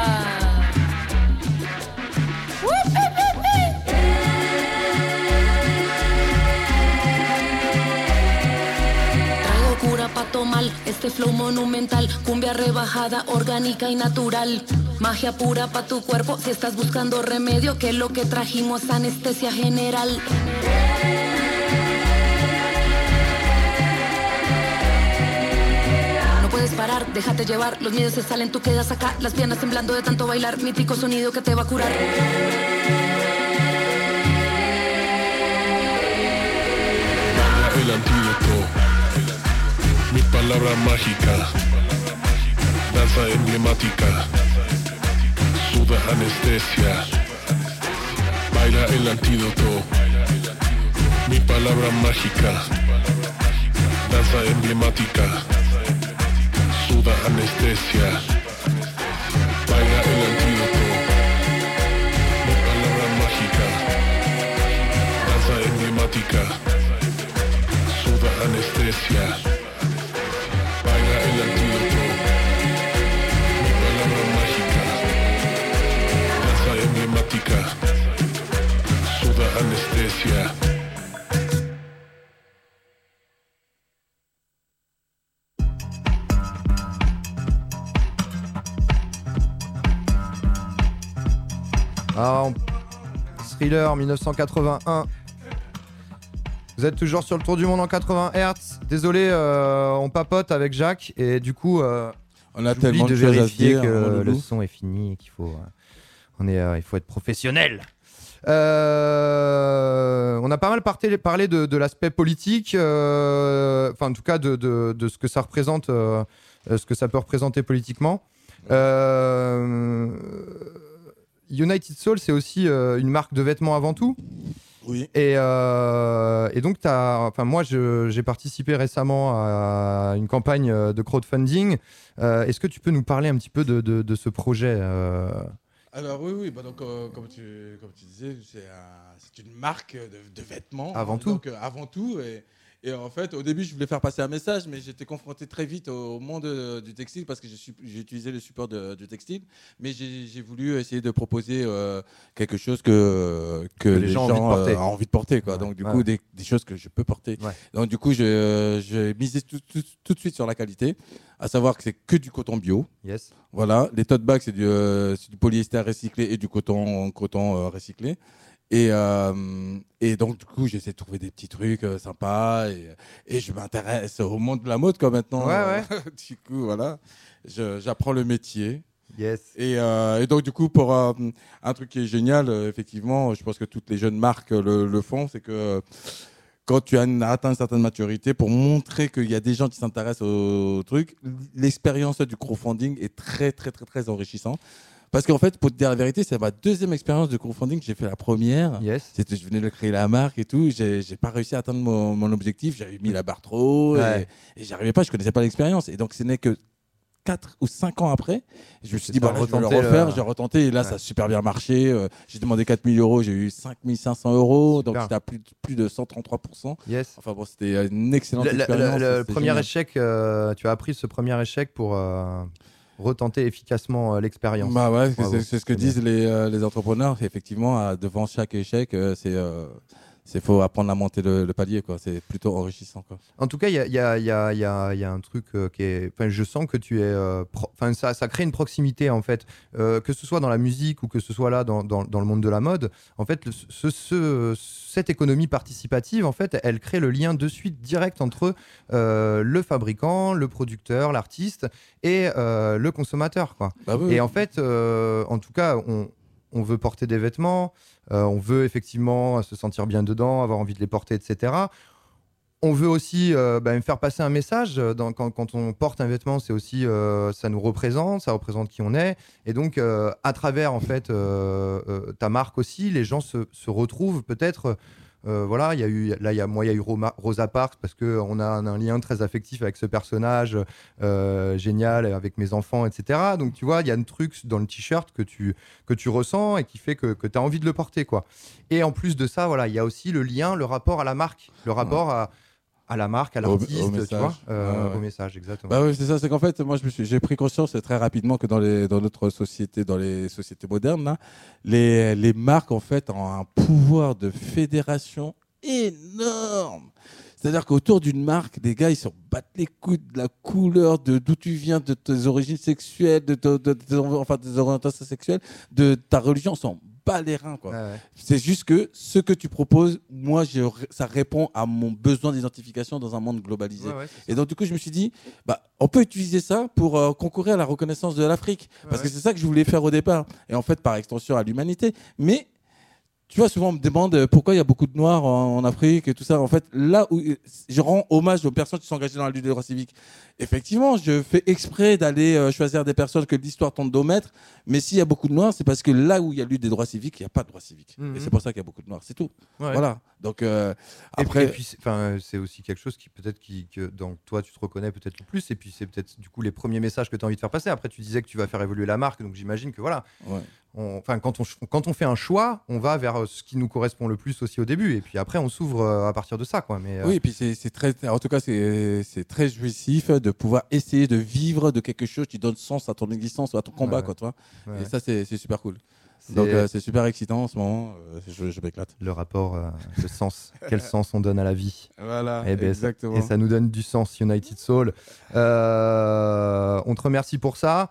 Traigo cura pa' tomar este flow monumental, cumbia rebajada, orgánica y natural. Magia pura pa' tu cuerpo si estás buscando remedio, que lo que trajimos anestesia general. No puedes parar, déjate llevar, los miedos se salen, tú quedas acá, las piernas temblando de tanto bailar, mítico sonido que te va a curar. El antídoto, mi palabra mágica, danza emblemática, suda anestesia, baila el antídoto, mi palabra mágica, danza emblemática, suda anestesia, baila el antídoto, mi palabra mágica, danza emblemática. Anestesia, baila el antídoto, mi palabra mágica, danza emblemática, suda anestesia. Alors, Thriller dix-neuf cent quatre-vingt-un. Vous êtes toujours sur le tour du monde en quatre-vingts hertz. Désolé, euh, on papote avec Jacques et du coup, euh, on a j'oublie tellement de de choses à se vérifier dire, que hein, le Loulou. son est fini et qu'il faut, euh, on est, euh, il faut être professionnel. Euh, on a pas mal parté, parlé de, de l'aspect politique, euh, enfin en tout cas de, de, de ce que ça représente, euh, ce que ça peut représenter politiquement. Euh, United Soul, c'est aussi euh, une marque de vêtements avant tout. Oui. Et, euh, et donc, t'as, enfin, moi, je, j'ai participé récemment à une campagne de crowdfunding. Euh, est-ce que tu peux nous parler un petit peu de, de, de ce projet euh... Alors oui, oui, bah donc, euh, comme, tu, comme tu disais, c'est, un, c'est une marque de, de vêtements. Avant tout. Donc, euh, avant tout. Et, et en fait, au début, je voulais faire passer un message, mais j'étais confronté très vite au monde euh, du textile parce que j'ai, j'ai utilisé le support de, du textile. Mais j'ai, j'ai voulu essayer de proposer euh, quelque chose que, que, que les, les gens, gens ont envie de porter. Euh, ont envie de porter quoi. Ouais, donc, du ouais. coup, des, des choses que je peux porter. Ouais. Donc, du coup, je, j'ai misé tout, tout, tout de suite sur la qualité, à savoir que c'est que du coton bio. Yes. Voilà. Les tote bags, c'est du, euh, c'est du polyester recyclé et du coton, coton euh, recyclé. Et, euh, et donc, du coup, j'essaie de trouver des petits trucs euh, sympas et, et je m'intéresse au monde de la mode quoi, maintenant. Ouais, ouais. Du coup, voilà, je, j'apprends le métier. Yes. Et, euh, et donc, du coup, pour euh, un truc qui est génial, euh, effectivement, je pense que toutes les jeunes marques le, le font, c'est que euh, quand tu as une, atteint une certaine maturité, pour montrer qu'il y a des gens qui s'intéressent au, au truc, l'expérience du crowdfunding est très, très, très, très enrichissante. Parce qu'en fait, pour te dire la vérité, c'est ma deuxième expérience de crowdfunding. J'ai fait la première. Yes. C'était, je venais de créer la marque et tout. J'ai, j'ai pas réussi à atteindre mon, mon objectif. J'avais mis la barre trop haut ouais. et, et j'arrivais pas. Je connaissais pas l'expérience. Et donc, ce n'est que quatre ou cinq ans après, je me suis dit, bon, là, je vais le refaire. Le... J'ai retenté et là, ouais. ça a super bien marché. Euh, j'ai demandé quatre mille euros. J'ai eu cinq mille cinq cents euros. Super. Donc, c'était à plus, plus de cent trente-trois pour cent. Yes. Enfin, bon, c'était une excellente le, expérience. Le, le, le premier génial. échec, euh, tu as appris ce premier échec pour. Euh... retenter efficacement euh, l'expérience. Bah ouais, c'est, c'est ce que c'est disent les, euh, les entrepreneurs. Effectivement, euh, devant chaque échec, euh, c'est euh, c'est faut apprendre à monter le, le palier, quoi. C'est plutôt enrichissant, quoi. En tout cas, il y a, y, a, y, a, y, a, y a un truc euh, qui est. Enfin, je sens que tu es. Enfin, pro... ça, ça crée une proximité en fait, euh, que ce soit dans la musique ou que ce soit là dans, dans, dans le monde de la mode. En fait, le, ce, ce, cette économie participative, en fait, elle crée le lien de suite direct entre euh, le fabricant, le producteur, l'artiste et euh, le consommateur, quoi. Bah oui, et oui. en fait, euh, en tout cas, on on veut porter des vêtements, euh, on veut effectivement se sentir bien dedans, avoir envie de les porter, et cetera. on veut aussi euh, bah, faire passer un message. Dans, quand, quand on porte un vêtement, c'est aussi, euh, ça nous représente, ça représente qui on est. Et donc, euh, à travers en fait euh, euh, ta marque aussi, les gens se, se retrouvent peut-être. Euh, voilà, il y a eu, là, il y a moi, il y a eu Roma- Rosa Parks parce que on a un, un lien très affectif avec ce personnage euh, génial avec mes enfants, et cetera. Donc, tu vois, il y a un truc dans le t-shirt que tu que tu ressens et qui fait que, que tu as envie de le porter, quoi. Et en plus de ça, voilà, il y a aussi le lien, le rapport à la marque, le rapport ouais. à à la marque, à l'artiste, au, au tu message. vois, euh, ouais, ouais. au message, exactement. Bah oui, c'est ça. C'est qu'en fait, moi, je me suis, j'ai pris conscience très rapidement que dans les, dans notre société, dans les sociétés modernes, là, les, les marques en fait ont un pouvoir de fédération énorme. C'est-à-dire qu'autour d'une marque, les gars, ils se battent les couilles de la couleur, de d'où tu viens, de tes origines sexuelles, de, de, de, de, de enfin, des orientations sexuelles, de ta religion, on s'en bat les reins, quoi. Ouais, ouais. C'est juste que ce que tu proposes, moi, je, ça répond à mon besoin d'identification dans un monde globalisé. Ouais, ouais, et donc, du coup, je me suis dit, bah, on peut utiliser ça pour euh, concourir à la reconnaissance de l'Afrique. Ouais, parce ouais. que c'est ça que je voulais faire au départ. Et en fait, par extension, à l'humanité. Mais tu vois, souvent on me demande pourquoi il y a beaucoup de Noirs en, en Afrique et tout ça. En fait, là où je rends hommage aux personnes qui sont engagées dans la lutte des droits civiques, effectivement, je fais exprès d'aller euh, choisir des personnes que l'histoire tente d'omettre. Mais s'il y a beaucoup de Noirs, c'est parce que là où il y a lutte des droits civiques, il n'y a pas de droits civiques. Mmh. Et c'est pour ça qu'il y a beaucoup de Noirs. C'est tout. Ouais. Voilà. Donc euh, après, et puis, et puis c'est aussi quelque chose qui peut-être qui, que dans toi tu te reconnais peut-être le plus. Et puis c'est peut-être du coup les premiers messages que tu as envie de faire passer. Après, tu disais que tu vas faire évoluer la marque, donc j'imagine que voilà. Ouais. Enfin, quand on, quand on fait un choix, on va vers ce qui nous correspond le plus aussi au début, et puis après on s'ouvre à partir de ça, quoi. Mais euh... oui, et puis c'est, c'est très, en tout cas c'est, c'est très jouissif de pouvoir essayer de vivre de quelque chose qui donne sens à ton existence ou à ton combat, ouais. quoi, toi. Ouais. Et ça c'est, c'est super cool. C'est... Donc euh, c'est super excitant en ce moment. Euh, je, je m'éclate. Le rapport, euh, le sens, quel sens on donne à la vie. Voilà. Et ben, exactement. Et ça nous donne du sens, United Soul. Euh, on te remercie pour ça.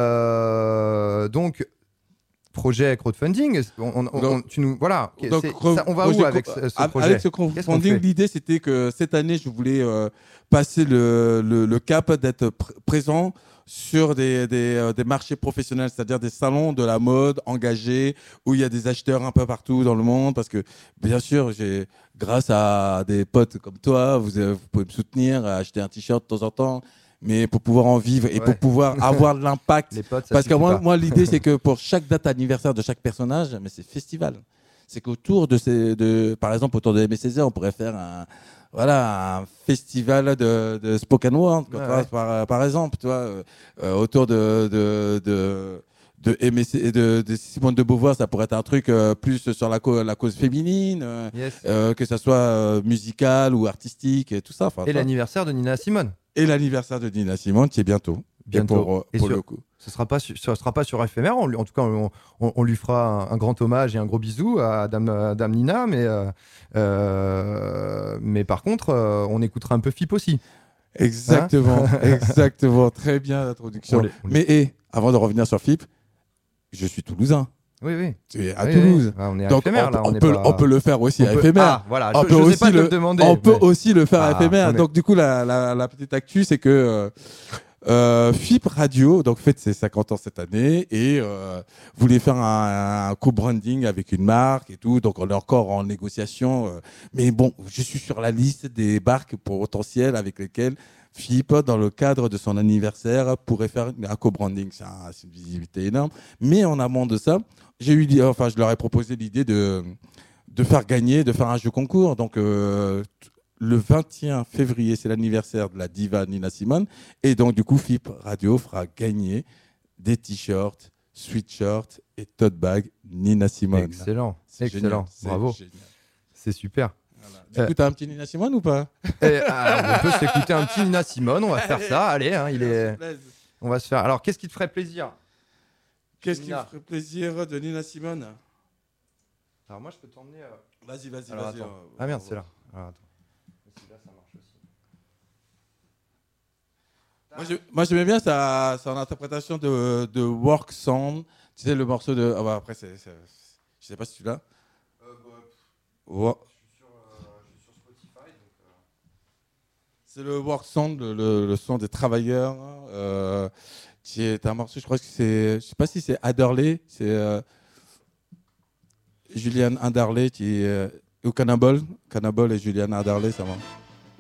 Euh, donc projet crowdfunding, on, on, on, donc, tu nous voilà. Donc, ça, on va où avec ce, ce projet? Avec ce crowdfunding, l'idée c'était que cette année, je voulais euh, passer le, le, le cap d'être pr- présent sur des, des, euh, des marchés professionnels, c'est-à-dire des salons de la mode engagés où il y a des acheteurs un peu partout dans le monde. Parce que bien sûr, j'ai, grâce à des potes comme toi, vous, vous pouvez me soutenir, acheter un t-shirt de temps en temps. Mais pour pouvoir en vivre et ouais. pour pouvoir avoir de l'impact. Les potes, ça parce que moi, moi, l'idée, c'est que pour chaque date anniversaire de chaque personnage, mais c'est festival. C'est qu'autour de ces, de, par exemple, autour de Aimé Césaire, on pourrait faire un, voilà, un festival de, de spoken word, ouais, ouais. par, par exemple, tu vois, euh, autour de, de, de de Aimé, de, de Simone de Beauvoir, ça pourrait être un truc euh, plus sur la, co- la cause féminine, euh, yes. euh, que ça soit euh, musical ou artistique et tout ça. Et l'anniversaire de Nina Simone. Et l'anniversaire de Nina Simone, qui est bientôt. Bientôt. Pour, et pour sur, le coup. Ce ne sera pas, ce sera pas sur F M R. On, en tout cas, on, on, on lui fera un, un grand hommage et un gros bisou à Dame, à Dame Nina. Mais, euh, euh, mais par contre, euh, on écoutera un peu F I P aussi. Exactement. Hein exactement. Très bien l'introduction. On les, on les... Mais et, avant de revenir sur F I P, je suis toulousain. Oui, oui. Tu es à oui, Toulouse. Oui. Ah, on est à donc F M R, on, là, on, on, peut, pas... on peut le faire aussi on à peut... F M R. Ah, voilà. On je, peut je aussi sais pas le... te le demander. On mais... peut aussi le faire ah, à F M R. est... Donc du coup, la, la, la petite actu, c'est que euh, euh, F I P Radio donc fête ses cinquante ans cette année et euh, voulait faire un, un co-branding avec une marque et tout. Donc on est encore en négociation. Euh, mais bon, je suis sur la liste des marques potentielles avec lesquelles F I P, dans le cadre de son anniversaire, pourrait faire un co-branding. C'est, un, c'est une visibilité énorme. Mais en amont de ça, j'ai eu, enfin, je leur ai proposé l'idée de, de faire gagner, de faire un jeu concours. Donc, euh, le vingt et un février, c'est l'anniversaire de la diva Nina Simone. Et donc, du coup, F I P Radio fera gagner des t-shirts, sweatshirts et tote bags Nina Simone. Excellent. C'est excellent. Génial. Bravo. C'est, c'est super. Voilà. Du coup, euh, t'as un petit Nina Simone ou pas? et, ah, On peut s'écouter un petit Nina Simone, on va faire ça. Allez, hein, il est... on va se faire. Alors, qu'est-ce qui te ferait plaisir? Qu'est-ce Nina. qui me ferait plaisir de Nina Simone? Alors, moi, je peux t'emmener. Euh... Vas-y, vas-y, Alors, vas-y. Euh, ah merde, c'est là. Alors, attends. Là, ça marche aussi. Moi, je, moi, j'aimais bien sa, son interprétation de, de Work Sound. Tu sais, le morceau de. Ah, bah, après, c'est, c'est, je sais pas si tu l'as. Euh, bah, wow. C'est le Work Sound, le, le, le son des travailleurs. Euh, qui est un morceau, je crois que c'est, je sais pas si c'est Adderley, c'est euh, Julian Adderley qui est, ou Cannibal, Cannibal et Julian Adderley, ça va.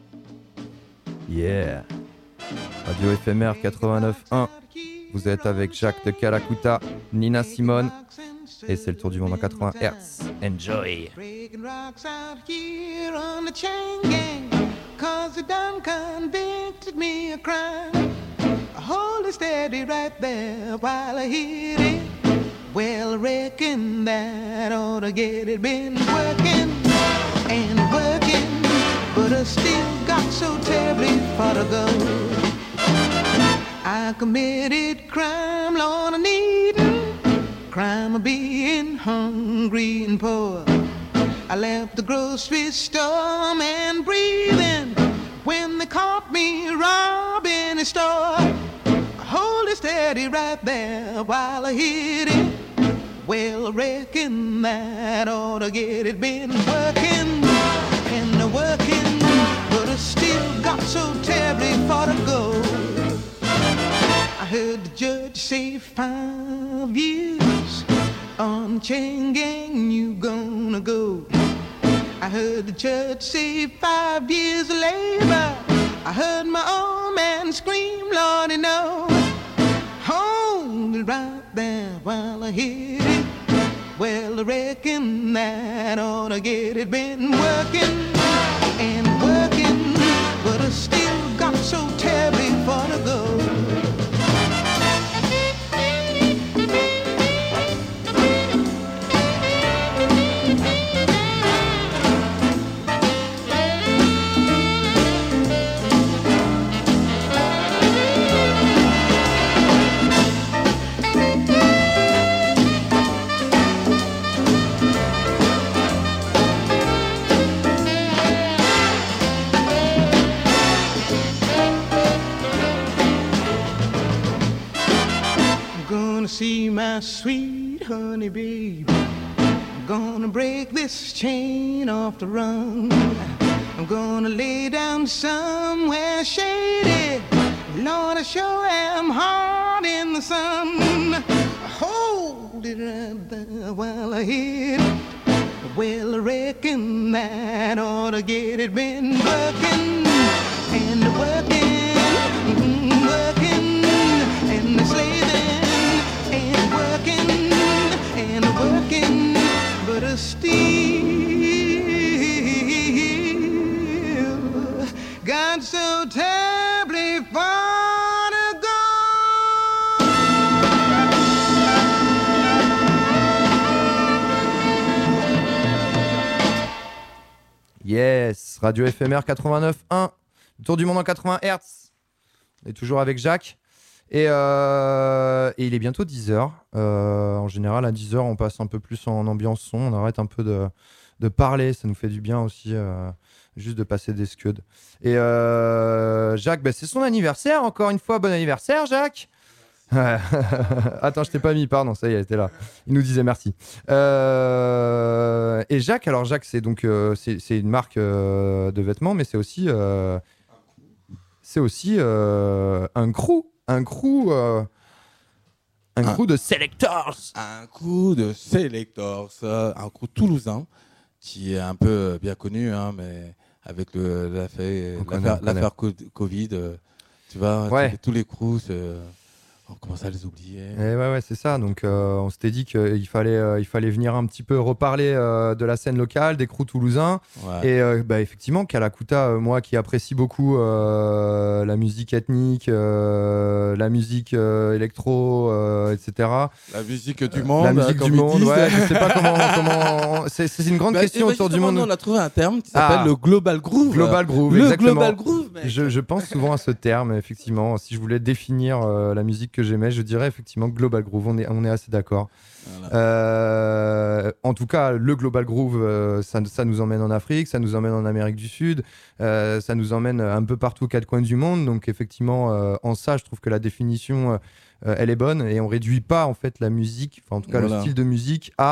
Yeah. Radio F M R quatre-vingt-neuf point un. Vous êtes avec Jacques de Calacuta, Nina Simone. Et c'est le tour du monde en quatre-vingts hertz. Enjoy. Breaking rocks out here on the chain gang, cause it done convicted me of crime. I hold it steady right there while I hit it. Well, I reckon that ought to get it. Been working and working, but I still got so terribly far to go. I committed crime, Lord, I need crime of being hungry and poor. I left the grocery store and breathing when they caught me robbing a store. Hold it steady right there while I hit it. Well, I reckon that ought to get it. Been working and working, but I still got so terribly far to go. I heard the judge say five years on chain gang, you gonna go. I heard the judge say five years of labor. I heard my old man scream, Lordy, no. Hold it right there while I hit it. Well, I reckon that ought to get it. Been working and working, but I still got so terribly far to go. See my sweet honey babe, I'm gonna break this chain off the run. I'm gonna lay down somewhere shady. Lord, I sure am hard in the sun. Hold it right there while I hit it. Well, I reckon that ought to get it. Been working and working, working and slaving. Working and working, but I still got so terribly far to go. Yes, Radio F M R quatre-vingt-neuf point un, le tour du monde en quatre-vingts hertz. On est toujours avec Jacques. Et, euh, et il est bientôt dix heures. Euh, en général, à dix heures, on passe un peu plus en ambiance son. On arrête un peu de, de parler. Ça nous fait du bien aussi, euh, juste de passer des scuds. Et euh, Jacques, bah, c'est son anniversaire. Encore une fois, bon anniversaire, Jacques. Attends, je t'ai pas mis, pardon. Ça y est, t'es là. Il nous disait merci. Euh, et Jacques, alors Jacques, c'est donc euh, c'est, c'est une marque euh, de vêtements, mais c'est aussi, euh, c'est aussi euh, un crew. Un crew, euh, un crew un, de Selectors. Un crew de Selectors, euh, un crew toulousain qui est un peu bien connu, hein, mais avec le, l'affaire, l'affaire, l'affaire Covid, euh, tu vois, ouais. tous, tous les crews, euh, on commence à les oublier. Et ouais, ouais, c'est ça. Donc, euh, on s'était dit qu'il fallait, euh, il fallait venir un petit peu reparler euh, de la scène locale, des crews toulousains. Ouais. Et euh, bah, effectivement, Calacuta, euh, moi qui apprécie beaucoup euh, la musique ethnique, euh, la musique euh, électro, euh, et cetera. La musique du monde. La musique du monde, ouais. Je sais pas comment. comment... C'est, c'est une grande bah, question autour du monde. On a trouvé un terme qui s'appelle ah. le Global Groove. Global Groove, le exactement. Global Groove, mec. Je, je pense souvent à ce terme, effectivement. Si je voulais définir euh, la musique que j'aimais, je dirais effectivement Global Groove. On est, on est assez d'accord. Voilà. Euh, en tout cas, le Global Groove, euh, ça, ça nous emmène en Afrique, ça nous emmène en Amérique du Sud, euh, ça nous emmène un peu partout aux quatre coins du monde. Donc effectivement, euh, en ça, je trouve que la définition, euh, elle est bonne et on réduit pas en fait la musique, enfin en tout cas voilà. le style de musique à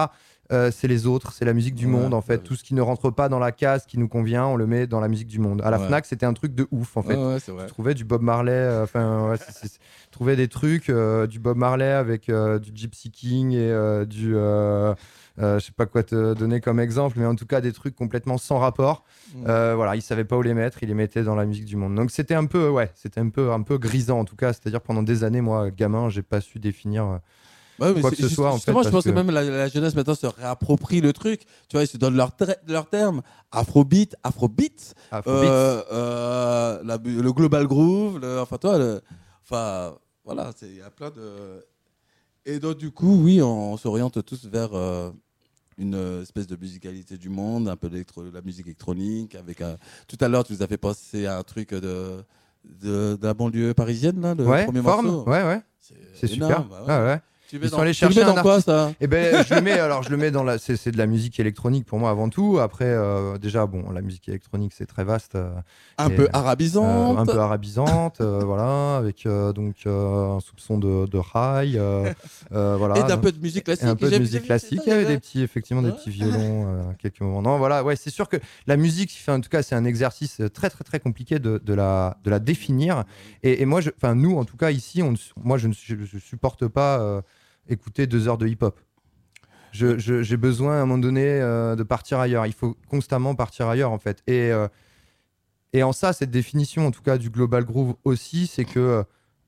euh, c'est les autres, c'est la musique du Ouais, monde en fait. ouais. Tout ce qui ne rentre pas dans la case qui nous convient, on le met dans la musique du monde. À la Ouais. Fnac, c'était un truc de ouf en fait. Ouais, ouais, c'est vrai. Tu trouvais du Bob Marley, enfin, ouais, c'est- c'est- c'est- tu trouvais des trucs, euh, du Bob Marley avec euh, du Gypsy King et euh, du. Euh, euh, je sais pas quoi te donner comme exemple, mais en tout cas des trucs complètement sans rapport. Mm. Euh, voilà, il savait pas où les mettre, il les mettait dans la musique du monde. Donc c'était un peu, ouais, c'était un peu, un peu grisant en tout cas. C'est-à-dire pendant des années, moi, gamin, j'ai pas su définir. euh, Ouais, mais quoi que c'est- ce juste- soit, en justement, fait, je parce pense que, que- même la, la jeunesse maintenant se réapproprie le truc. Tu vois, ils se donnent leur, ter- leur terme. Afrobeat, Afrobeat, Afrobeats. euh, euh, la- le global groove, le- enfin toi, le- enfin voilà, c'est- il y a plein de. Et donc du coup, oui, on, on s'oriente tous vers euh, une espèce de musicalité du monde, un peu d'électro- la musique électronique. Avec un... Tout à l'heure, tu nous as fait penser à un truc de de, de la banlieue parisienne là, le Ouais, premier forme, morceau. ouais, ouais. C'est super. énorme, bah ouais. Ah ouais. Tu mets Ils dans- sont allés tu le mets chercher dans un quoi, artiste. ça Eh ben, je le mets. Alors, je le mets dans la. C'est, c'est de la musique électronique pour moi avant tout. Après, euh, déjà, bon, la musique électronique c'est très vaste. euh, Un et, peu euh, arabisante. euh, un peu arabisante, euh, voilà, avec euh, donc euh, un soupçon de, de high, euh, euh, voilà. Et d'un donc- peu de musique classique. Et un peu de J'ai- j'ai musique vu classique. ça, Il y avait ouais. des petits, effectivement, des petits violons, euh, à quelques moments. Non, voilà, ouais, c'est sûr que la musique, enfin, en tout cas, c'est un exercice très, très, très compliqué de, de la, de la définir. Et, et moi, je- enfin, nous, en tout cas, ici, on, ne- moi, je ne je, je supporte pas euh, écouter deux heures de hip-hop. Je, je- j'ai besoin à un moment donné euh, de partir ailleurs. Il faut constamment partir ailleurs, en fait. Et, euh, et en ça, cette définition, en tout cas, du global groove aussi, c'est que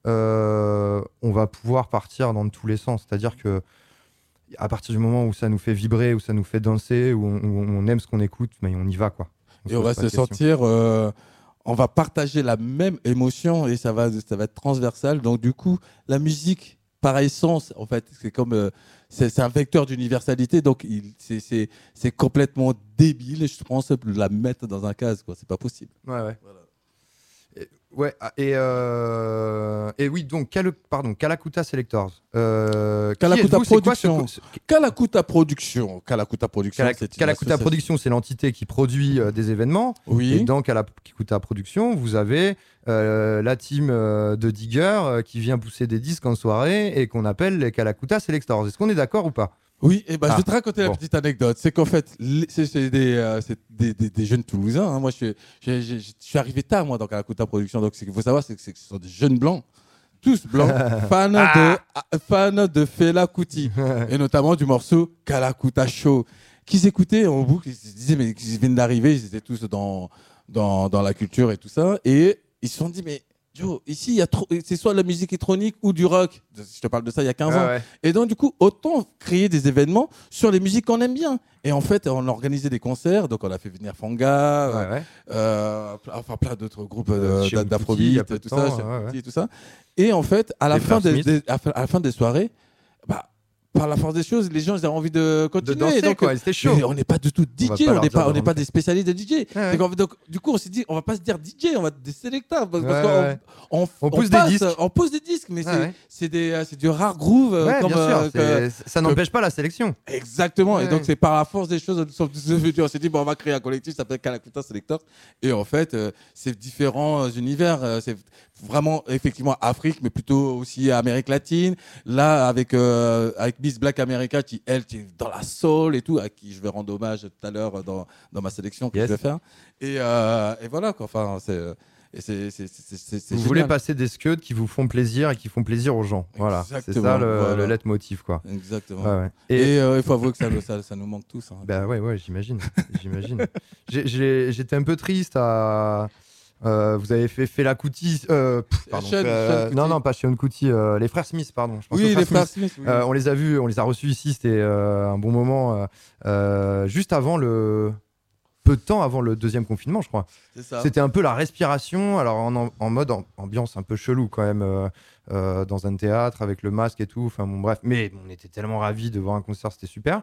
euh, on va pouvoir partir dans tous les sens. C'est-à-dire que à partir du moment où ça nous fait vibrer, où ça nous fait danser, où on, où on aime ce qu'on écoute, mais on y va, quoi. Et se on pose va pas se de questions. sentir, euh, on va partager la même émotion et ça va, ça va être transversal. Donc du coup, la musique, par essence, en fait, c'est comme, euh, c'est, c'est un vecteur d'universalité. Donc il, c'est, c'est, c'est complètement débile, je pense, de la mettre dans un case, quoi. C'est pas possible. Ouais, ouais. Et, ouais, ah, et, euh, et oui, donc, Cal- pardon, Kalakuta Selectors. Euh, qui Kalakuta êtes-vous ? C'est quoi ce Production. co- ce- Kalakuta Production. Kalakuta Production. Kala- c'est une Kalakuta association. Production, c'est l'entité qui produit euh, des événements. Oui. Et dans Kalakuta Production, vous avez euh, la team euh, de Digger euh, qui vient pousser des disques en soirée et qu'on appelle les Kalakuta Selectors. Est-ce qu'on est d'accord ou pas ? Oui, et ben Ah, je vais te raconter la bon. petite anecdote. C'est qu'en fait, les- c'est, c'est des, euh, c'est des, des- des jeunes Toulousains. hein. Moi, je suis, j'ai- j'ai- je suis arrivé tard moi dans Kalakuta Production. Donc, ce qu'il faut savoir, c'est que, c'est que ce sont des jeunes blancs, tous blancs, fans de ah, fans de Fela Kuti et notamment du morceau Kalakuta Show, qu'ils écoutaient en boucle. Ils se disaient mais ils viennent d'arriver, ils étaient tous dans dans dans la culture et tout ça, et ils se sont dit mais Joe, ici, il y a trop, c'est soit de la musique électronique ou du rock. Je te parle de ça il y a quinze Ouais, ans. ouais. Et donc, du coup, autant créer des événements sur les musiques qu'on aime bien. Et en fait, on a organisé des concerts. Donc, on a fait venir Fanga, Ouais, ouais. euh, enfin plein d'autres groupes Euh, euh, Chez Mouti, d'afrobeat, il y a peu de tout temps, ça, ouais, chez ouais. Mouti et tout ça. Et en fait, à la, Les fin frères des, Smith. des- à la fin des soirées, bah, par la force des choses, les gens ils avaient envie de continuer. De danser, Et donc, quoi, c'était chaud. mais on n'est pas du tout On va D J, pas on leur n'est dire pas, de on n'est pas rentrer. des spécialistes de D J. Ouais, Donc, ouais. en fait, donc, du coup, on s'est dit, on va pas se dire D J, on va des sélecteurs. Parce, Ouais, parce qu'on- ouais. on, On on pousse des passe- disques. On pose des disques, mais Ouais, c'est, ouais. c'est, des, euh, c'est du rare groove. euh, Ouais, comme, bien sûr, euh, c'est- que- ça n'empêche pas la sélection. Exactement. Et Ouais. donc, c'est par la force des choses, on on s'est dit, bon, on va créer un collectif, ça s'appelle Kalakuta Selectors. Et en fait, euh, c'est différents euh, univers. euh, c'est vraiment, effectivement, Afrique, mais plutôt aussi Amérique latine. Là, avec, euh, avec Miss Black America, qui, elle, qui est dans la soul et tout, à qui je vais rendre hommage tout à l'heure dans, dans ma sélection que Yes. je vais faire. Et, euh, et voilà, quoi. Enfin, c'est. Et c'est, c'est, c'est, c'est, c'est Vous génial. voulez passer des scuds qui vous font plaisir et qui font plaisir aux gens. Voilà, c'est Exactement, ça le, voilà. le leitmotiv, quoi. Exactement. Ouais, ouais. Et Et, euh, il faut avouer que ça, ça, ça nous manque tous. hein. bah ouais, ouais, j'imagine, j'imagine. J'ai- j'ai- J'étais un peu triste à. euh, vous avez fait Fela Kuti, euh, pff, pardon, Sean- euh, Sean Kuti. non non pas Sean Kuti, euh, les frères Smith, pardon. Je pense aux Oui, les frères Smith. oui. Euh, on les a vus, on les a reçus ici, c'était euh, un bon moment, euh, euh, juste avant le, peu de temps avant le deuxième confinement, je crois. C'est ça. C'était un peu la respiration, alors en, en mode en- ambiance un peu chelou quand même, euh, euh, dans un théâtre avec le masque et tout. Enfin bon, bref, mais on était tellement ravis de voir un concert, c'était super.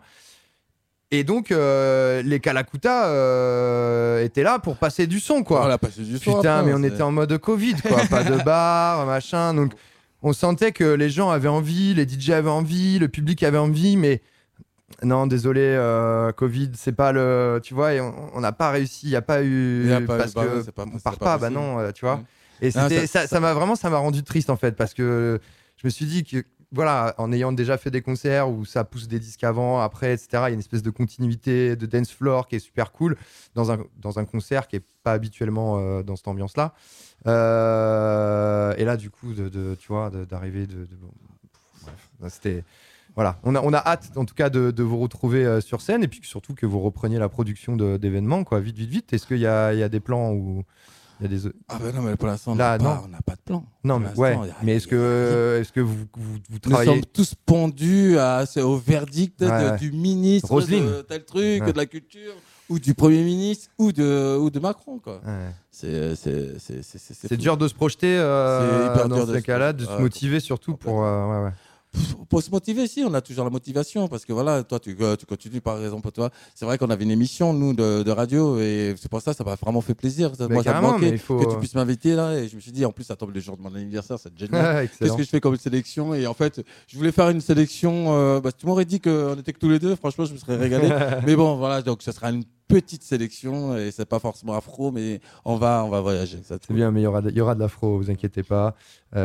Et donc euh, les Kalakuta euh, étaient là pour passer du son, quoi. On a passé du son Putain, après, mais on c'est- était en mode Covid, quoi. Pas de bar, machin. Donc, on sentait que les gens avaient envie, les D J avaient envie, le public avait envie, mais non, désolé, euh, Covid, c'est pas le. Tu vois, et on n'a pas réussi, il n'y a pas eu. Il y a pas eu- parce bah que ouais, c'est pas- on c'est part pas pas, bah possible. non, euh, tu vois. Ouais. Et Non, c'était, ça- ça, ça m'a vraiment, ça m'a rendu triste, en fait, parce que je me suis dit que. voilà, en ayant déjà fait des concerts où ça pousse des disques avant, après, et cetera, il y a une espèce de continuité de dance floor qui est super cool dans un, dans un concert qui n'est pas habituellement euh, dans cette ambiance-là. Euh, et là, du coup, de, de, tu vois, de, d'arriver de... de bon, bref, c'était... Voilà, on a, on a hâte en tout cas de, de vous retrouver euh, sur scène et puis surtout que vous repreniez la production de, d'événements, quoi, vite, vite, vite. Est-ce qu'il y a, il y a des plans où il y a des... Ah ben non, mais pour l'instant, on Là, n'a pas, non. on n'a pas de plan. Non, mais ouais. y a- Mais est-ce que, est-ce que vous, vous, vous Nous travaillez sommes tous pendus à, c'est au verdict de- Ouais, ouais. du ministre Roselyne. de tel truc, Ouais. de la culture, ou du Premier ministre, ou de, ou de Macron, quoi. Ouais. C'est, c'est, c'est, c'est, c'est, C'est fou. dur de se projeter euh, C'est hyper dans dur de ces se cas-là, de projeter. se Ouais, motiver surtout pour. euh, ouais, ouais. Pour se motiver, si, on a toujours la motivation parce que voilà, toi, tu, euh, tu continues par exemple, toi. C'est vrai qu'on avait une émission, nous, de, de radio et c'est pour ça, ça m'a vraiment fait plaisir. Ça- Mais Moi, ça me carrément, manquait mais il faut, que tu euh, puisses m'inviter là et je me suis dit, en plus, ça tombe le jour de mon anniversaire, c'est génial. Ouais, excellent. Qu'est-ce que je fais comme sélection? Et en fait, je voulais faire une sélection, euh, bah, tu m'aurais dit qu'on était que tous les deux, franchement, je me serais régalé. Mais bon, voilà, donc ce sera une petite sélection et c'est pas forcément afro, mais on va, on va voyager. Ça, C'est bien, mais il y aura de, il y aura de l'afro, vous inquiétez pas.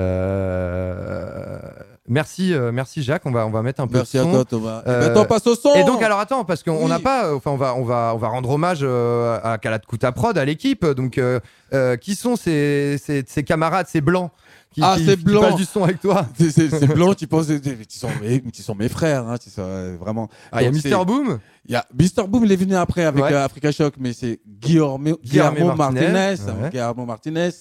Euh, Merci, euh, merci Jacques. On va, on va mettre un peu Merci de à son. toi, Thomas. Eh ben, attends, passe au son. Et donc, alors attends, parce qu'on Oui. n'a pas, enfin, on va, on va, on va rendre hommage euh, à Kalakuta Prod, à l'équipe. Donc, euh, euh, qui sont ces, ces, ces camarades, ces blancs qui, Ah, qui, c'est qui blanc. passent du son avec toi? C'est- C'est c'est blanc, tu penses, qui sont mes, qui sont mes frères, hein, qui sont, euh, vraiment. Ah, il y a Donc, Mister c'est- Boom. Il y a Mister Boom, il est venu après avec Ouais. euh, Africa Shock, mais c'est Guillermo, Guillermo Guillermo Martinez, Martinez, ouais. Guillermo Martinez,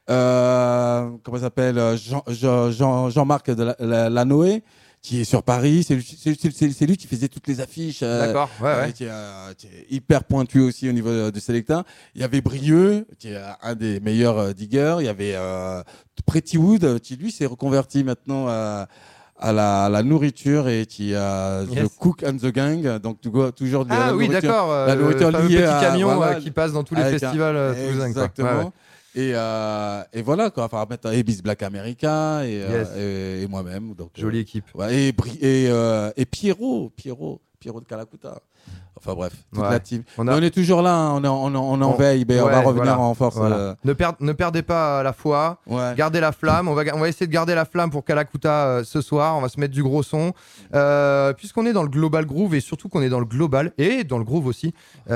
euh, comment ça s'appelle, euh, Jean, Jean, Jean, Jean-Marc de la, la, Lanoé, qui est sur Paris. C'est lui, c'est- c'est- c'est- c'est lui qui faisait toutes les affiches. euh, D'accord, ouais, euh, ouais. Qui, est, euh, qui est hyper pointu aussi au niveau euh, du Selecta. Il y avait Brieux, qui est euh, un des meilleurs euh, diggers. Il y avait euh, Pretty Wood, qui lui s'est reconverti maintenant à, à, la, à la nourriture et qui a Yes. The Cook and the Gang. Donc tu vois, toujours de Ah la oui, nourriture, d'accord. euh, la nourriture le fameux liée petit à- camion voilà, euh, qui passe dans tous les avec un- festivals euh, toulousains, quoi. Exactement. Ouais, ouais. Et, euh, et voilà quoi. Enfin, mettre Ebis Black America et, euh, Yes. et, et moi-même. Donc, euh, Jolie équipe. ouais, et, Bri- et, euh, et Pierrot, Pierrot, Pierrot de Kalakuta. Enfin bref, toute Ouais. la team. On On, a- on est toujours là, hein, on est, on, est- on est en On- veille, mais on ouais, va revenir voilà, en force. voilà. euh, Ne, per- ne perdez pas la foi, Ouais. gardez la flamme. On va, ga- on va essayer de garder la flamme pour Kalakuta euh, ce soir. On va se mettre du gros son. Euh, puisqu'on est dans le global groove et surtout qu'on est dans le global et dans le groove aussi,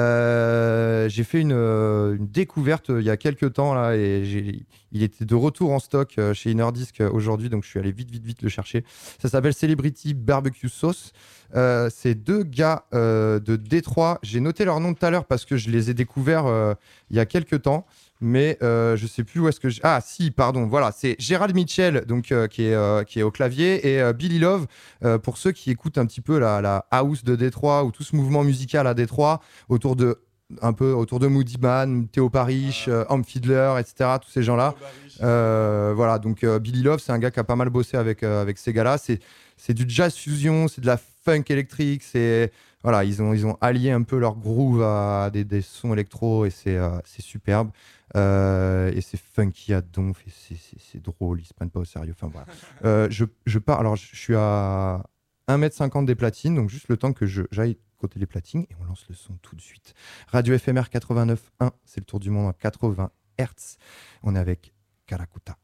euh, j'ai fait une, euh, une découverte euh, il y a quelques temps là, et j'ai- il était de retour en stock euh, chez Innerdisk euh, aujourd'hui, donc je suis allé vite, vite, vite le chercher. Ça s'appelle Celebrity Barbecue Sauce. Euh, c'est deux gars euh, de Détroit. J'ai noté leur nom tout à l'heure parce que je les ai découverts euh, il y a quelques temps, mais euh, je sais plus où est-ce que je... Ah si, pardon, voilà, c'est Gérald Mitchell donc, euh, qui, est, euh, qui est au clavier et euh, Billy Love, euh, pour ceux qui écoutent un petit peu la, la house de Détroit ou tout ce mouvement musical à Détroit autour de un peu autour de Moody Man, Théo Parrish, euh, Ham Fiedler, et cetera. Tous ces gens-là. Euh, voilà, donc euh, Billy Love, c'est un gars qui a pas mal bossé avec, euh, avec ces gars-là. C'est, c'est du jazz fusion, c'est de la funk électrique. C'est, voilà, ils ont, ils ont allié un peu leur groove à des, des sons électro et c'est, euh, c'est superbe. Euh, et c'est funky à donf et c'est, c'est, c'est drôle, ils se prennent pas au sérieux. Enfin voilà. Euh, je, je pars, alors je, je suis à un mètre cinquante des platines, donc juste le temps que je, j'aille côté les platines et on lance le son tout de suite. Radio F M R quatre-vingt-neuf point un, c'est le tour du monde en quatre-vingts hertz. On est avec Kalakuta.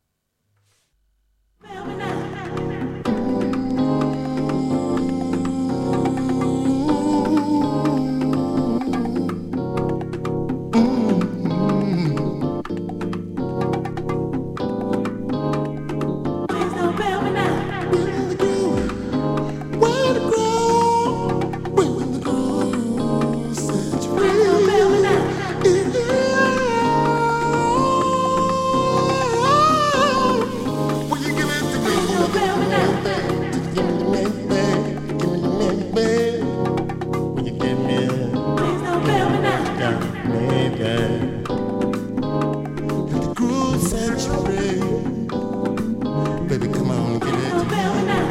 Baby, come on, give it to me.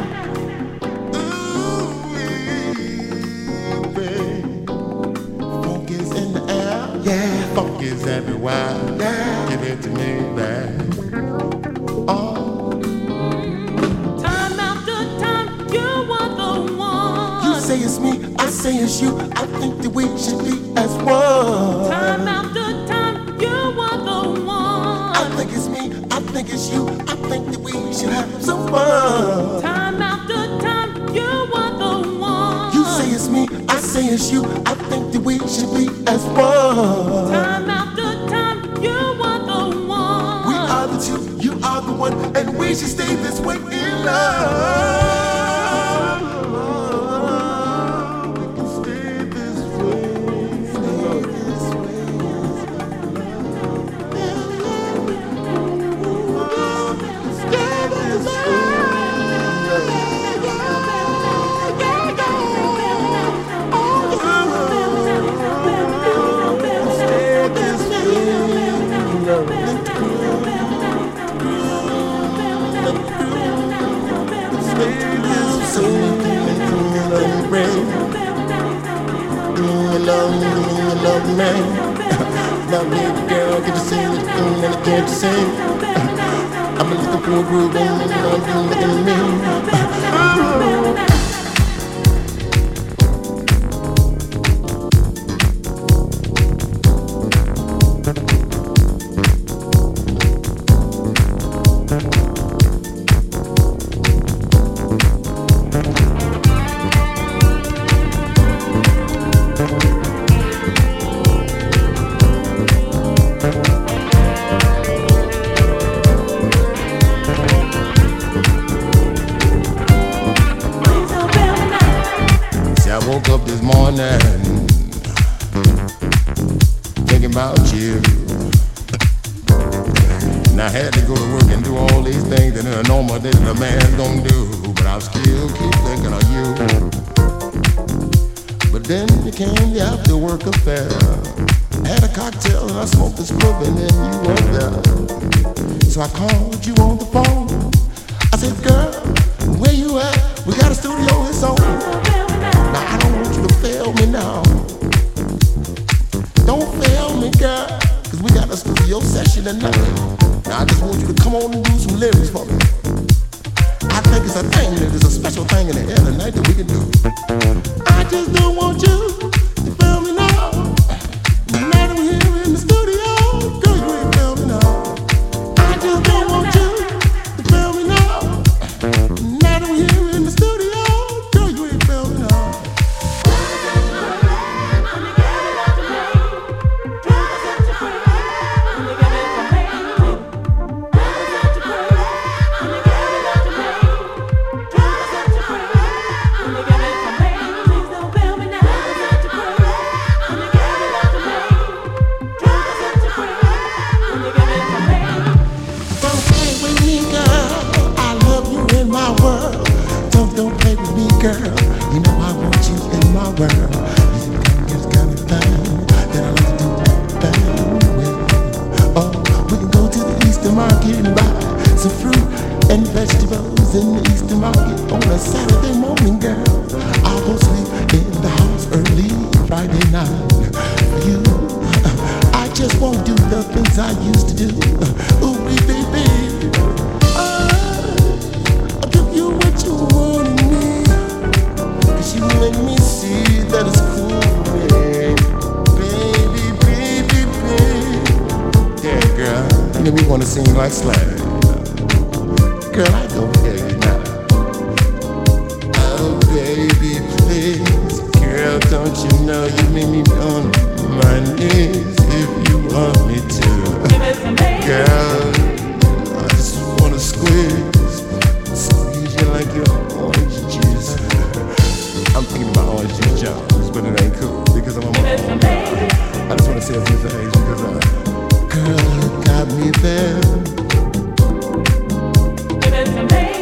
Ooh, baby. Funk is in the air, yeah. Funk is everywhere, yeah. Give it to me, baby. Oh, Time after time, you are the one. you say it's me, I say it's you. I think that we should be as one. Time after time, you are the one. I think it's me, I think it's you. I think that we should have some fun. Time after miss you. I think that we should be as one. Time after time, you are the one. We are the two, you are the one, and we should stay this way in love. We can stay this way, stay this way. Stay this way. Love me, love me, love me, girl. Can't you see the thing that I can't see? I'm looking for a groove and you're looking at me. So I called you on the phone. I said, girl, where you at? We got a studio, it's on. Now I don't want you to fail me now. Don't fail me, girl, cause we got a studio session tonight. Now I just want you to come on and do some lyrics for me. I think it's a thing, there's a special thing in the air tonight that we can do. I just don't want you to fail me now. No matter we're here in the studio, girl, you ain't fail me now. I just don't want you to fail me now. Now that we're here in the studio, girl, you ain't fail me now. Girl, you know I want you in my world. You just kind of thing that I like to do bang with. Oh, we can go to the Eastern Market and buy some fruit and vegetables in the Eastern Market on a Saturday morning, girl. I'll go sleep in the house early Friday night for you. I just won't do the things I used to do. Ooh, baby, I'll give you what you want in me. You make me see that it's cool, baby, baby, baby, baby. Yeah, girl, you know we wanna sing like slang. Girl, I don't care you now. Oh, baby, please, girl, don't you know you make me on my knees if you want me to. Girl, I just wanna squeeze, squeeze you like your orange juice. I'm thinking about orange juice jobs, but it ain't cool because I'm on my own. I just wanna say a few things because I, girl, you got me there. Give it to me.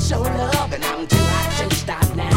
show love, and I'm too hot to stop now.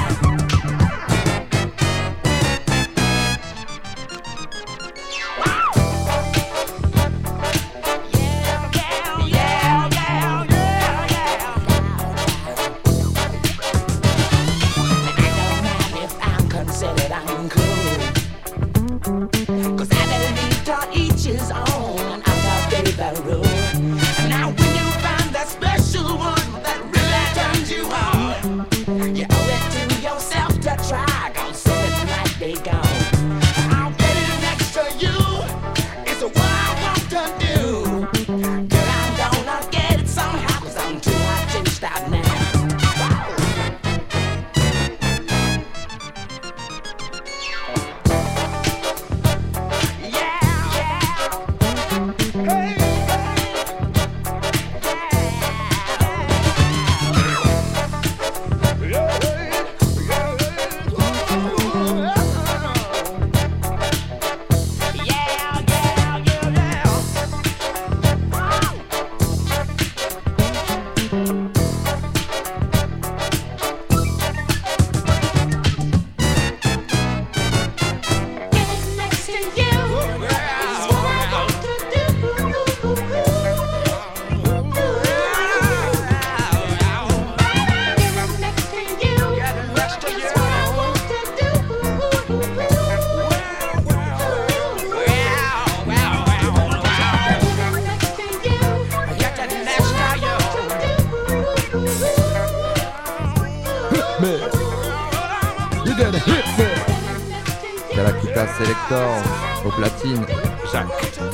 Galactica Selector au platine, Jacques.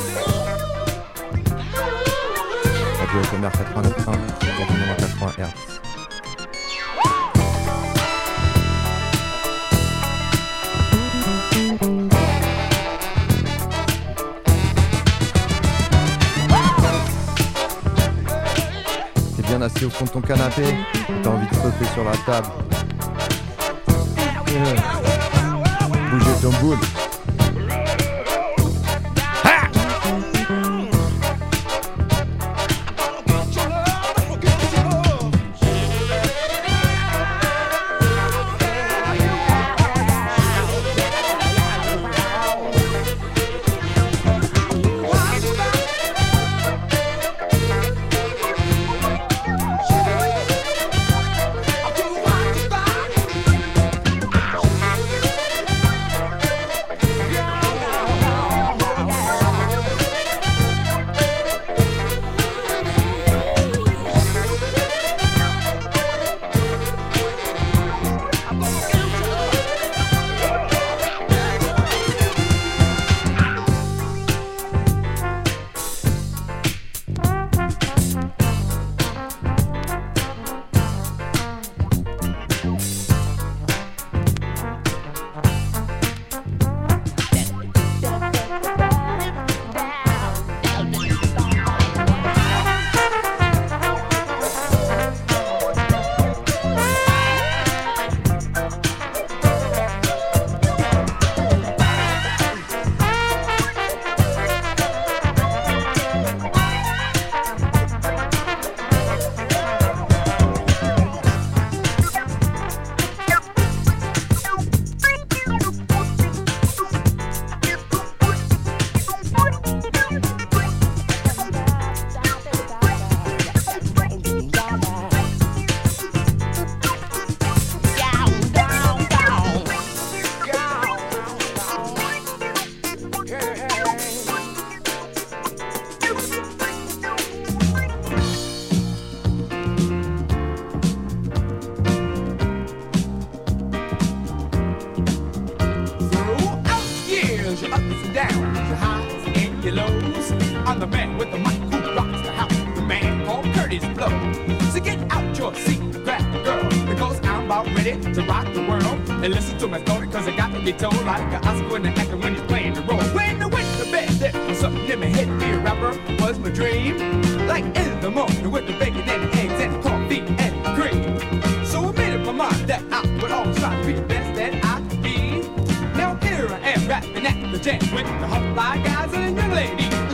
Radio F M R quatre-vingt-neuf point un, quatre-vingts hertz. T'es bien assis au fond de ton canapé et t'as envie de sauter sur la table. Bouger ton boule.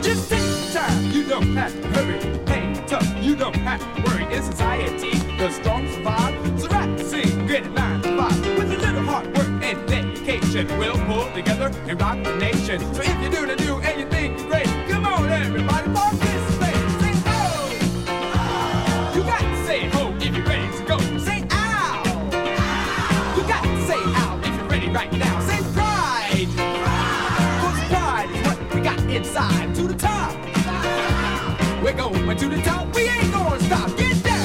The strong strong survive. So rap, sing, get it nine to five. With a little hard work and dedication, we'll pull together and rock the nation. So if you do the do and you think you're great, come on everybody, participate. Say ho! You got to say ho if you're ready to go. Say ow! You got to say ow if you're ready right now. Say pride! Cause pride is what we got inside. To the top! We're going to the top, we ain't gonna stop. Get down!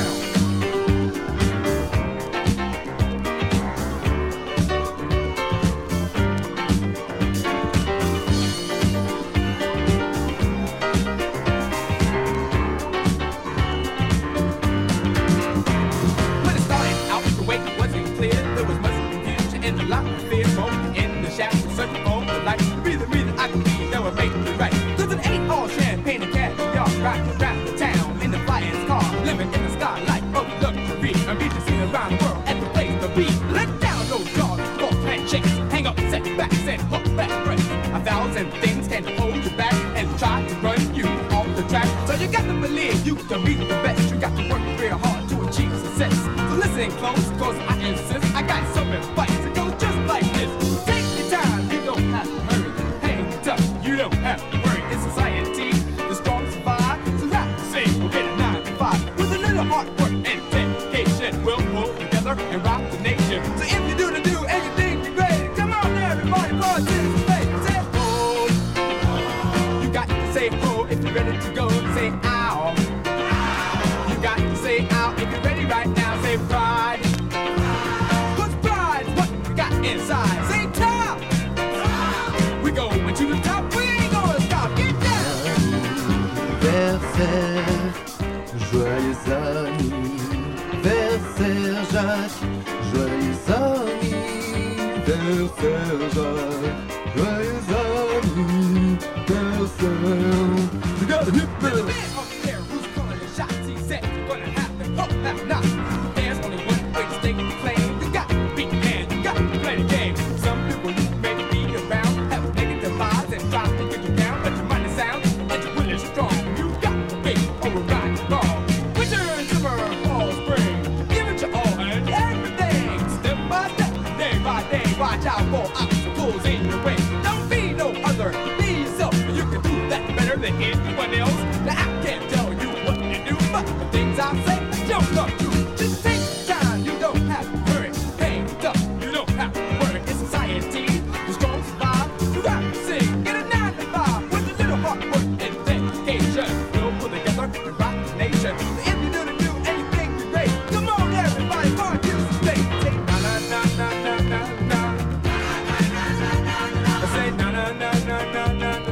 When it started out, the way wasn't clear. There was much confusion and a lot of fear. Rolling in the shadows, searching for the light. To be the reason I could be, that would make me right. Cause it ain't all champagne and caviar. Riding around the town in the flying car, living in the skylight of luxury. I'm be seen around the world at the place to be. Let down those jaws, walk handshakes, hang up setbacks and hook back breaks. A thousand things can hold you back and try to run you off the track. So you got to believe you can be the best. You got to work real hard to achieve success. So listen close, cause I insist. I got some advice that goes just like this. Take your time, you don't have to hurry. Hang tough, you don't have to worry. It's society, the strong survive. So rap, sing, we'll get a nine to five. With a little hard work and dedication, we'll pull together and rock the nation. So if you do the do and you think you're great, come on everybody, participate. Say ho. You got to say ho if you're ready to go. Say ow. You got to say ow if you're ready right now. Say pride. Cause pride is what we got inside. Say top. We going to the top, we ain't gonna stop. Get down. Anniversaire, joyeux anniversaire Jacques, joyeux anniversaire Jacques, joyeux anniversaire. You gotta hit There's a me. man up there who's calling the shots. He said you're gonna have to hope that not. There's only one way to stake the claim. You got to beat man, you got to play the game. Some people you may be around have negative vibes and try to get you down, but your money sounds and your will is strong. You got to be over right and wrong. Winter and summer, fall, spring, give it your all and everything. Step by step, day by day, watch out for obstacles in your way. Don't be no other, be yourself. You can do that better than anyone else. Now I can't tell you what to do, but the things I say don't come true. Just take your time, you don't have to hurry. Hang tough, you don't have to worry. It's society, the strong survive. You got to sing, get a nine to five with a little hard work and dedication. We'll pull together and rock the nation. So if you do the do and you think you're great, come on everybody, participate. Say na na na na na na na. Say na na na na na na na.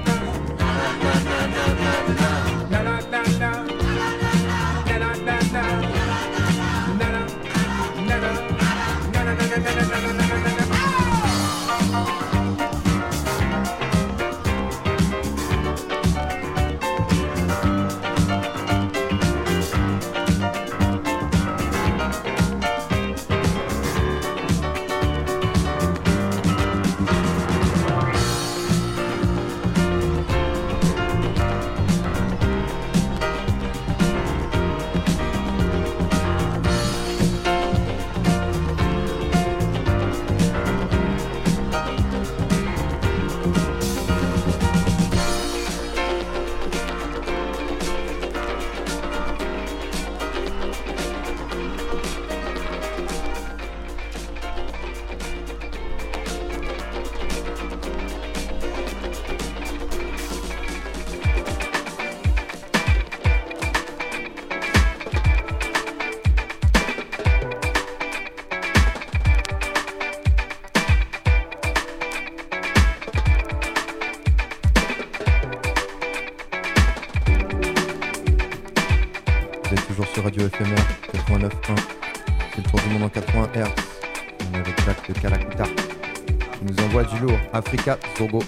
sur Radio F M R quatre-vingt-neuf point un. C'est le tour du monde en quatre-vingts hertz. On est avec Jacques de Calacuta qui nous envoie du lourd. Africa Zogo.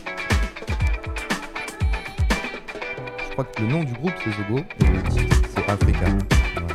Je crois que le nom du groupe c'est Zogo et le titre c'est Africa. Voilà.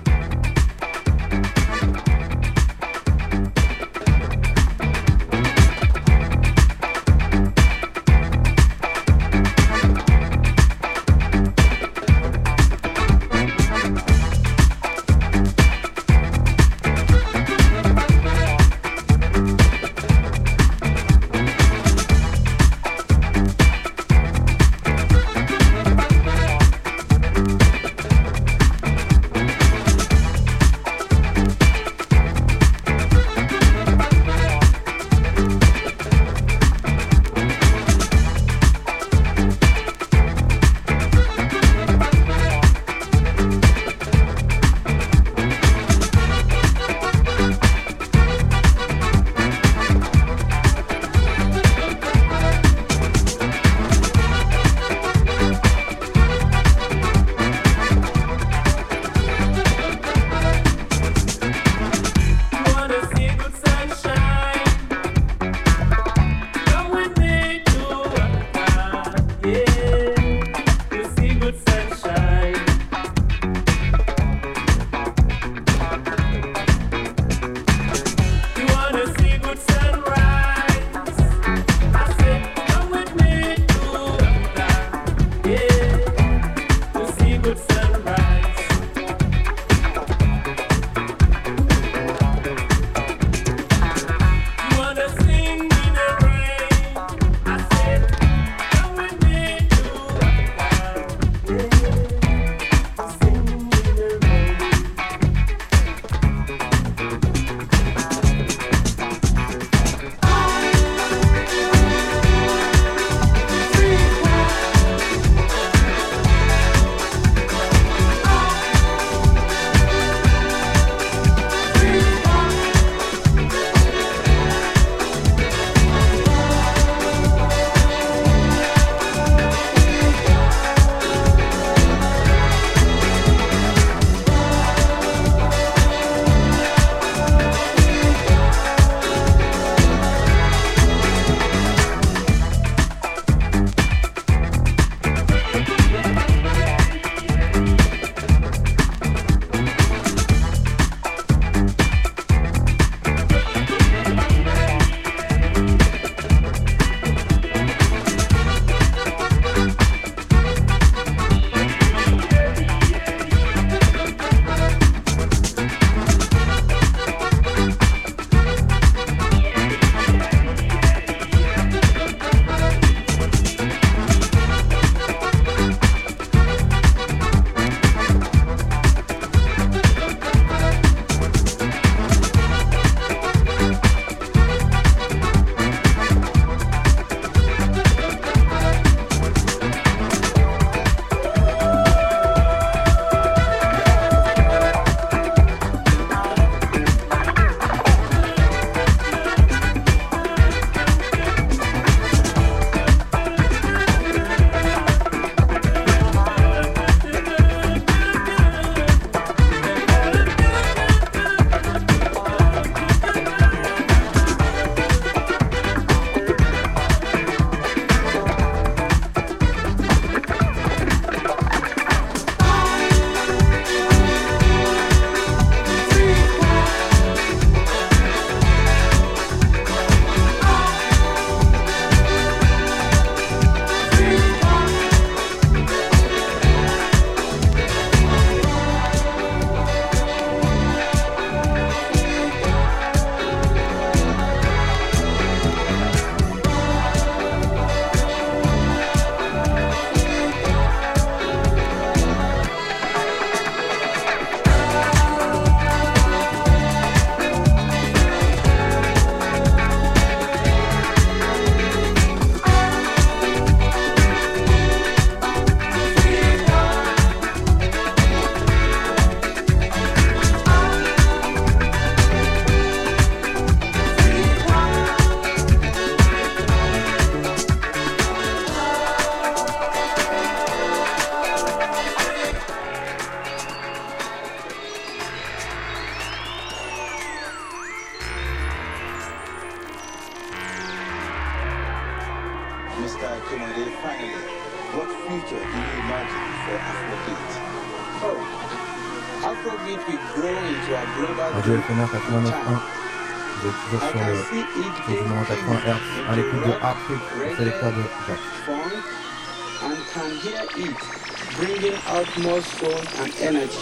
Tomade, finally, what future do you imagine for Afrobeat? Oh, Afrobeat will grow into a global Radio F M R quatre-vingt-neuf point un. Vous êtes toujours sur le tour du monde quatre-vingts hertz à l'écoute de Afrique, le sélecteur de Jacques. Funk, and can hear it bringing out more soul and energy.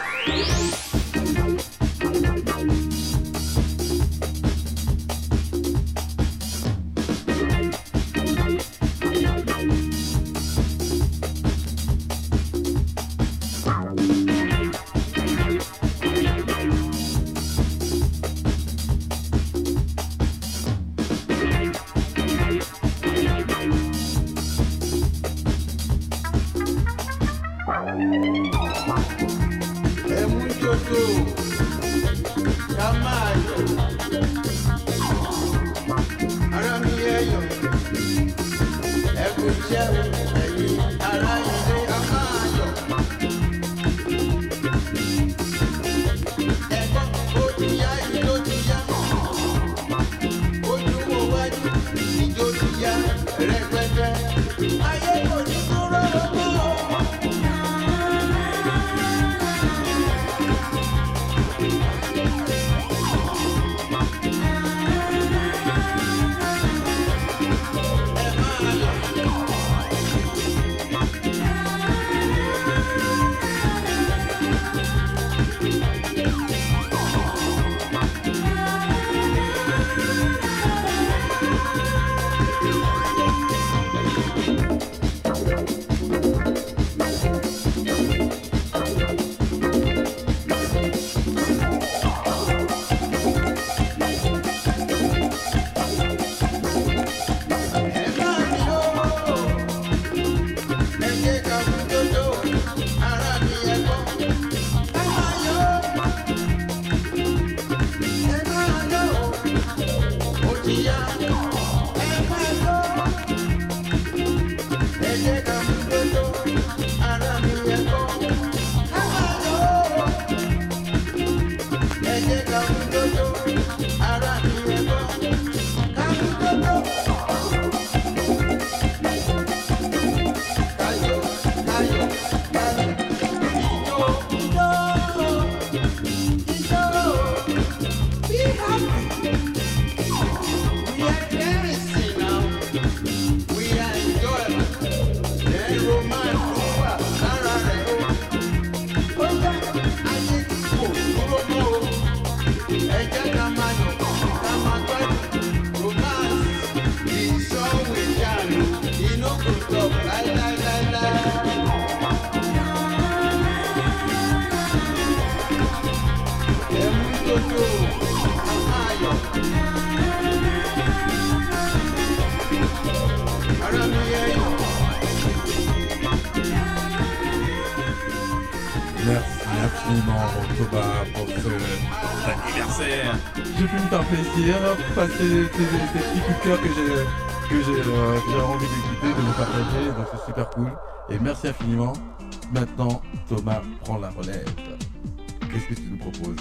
J'ai pu me faire plaisir, passer des, des, des petits coups de cœur que j'ai que j'ai euh, que j'ai envie d'écouter, de vous partager, donc c'est super cool. Et merci infiniment. Maintenant, Thomas prend la relève. Qu'est-ce que tu nous proposes?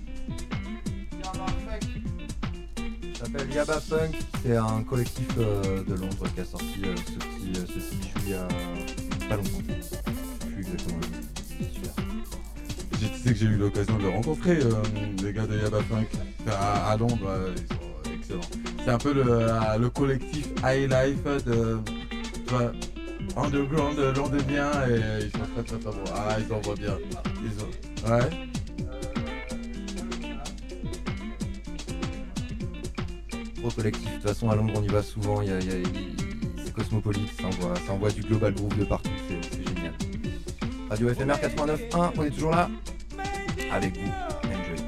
Ça s'appelle Yaba Funk, c'est un collectif euh, de Londres qui a sorti euh, ce petit euh, ce petit bijou il y a pas longtemps. Je sais plus exactement. C'est super. Tu sais que j'ai eu l'occasion de le rencontrer, euh, les gars de Yaba Funk, à, à Londres, euh, ils sont excellents. C'est un peu le, euh, le collectif High Life de tu vois, underground londonien et ils sont très très très bons. Ah, ils envoient bien. Ils ont... Ouais. Gros collectif, de toute façon à Londres on y va souvent, il y a, il y a, il... c'est cosmopolite, ça envoie, ça envoie du global groove de partout, c'est, c'est génial. Radio F M R quatre-vingt-neuf point un, on est toujours là avec vous. Enjoy.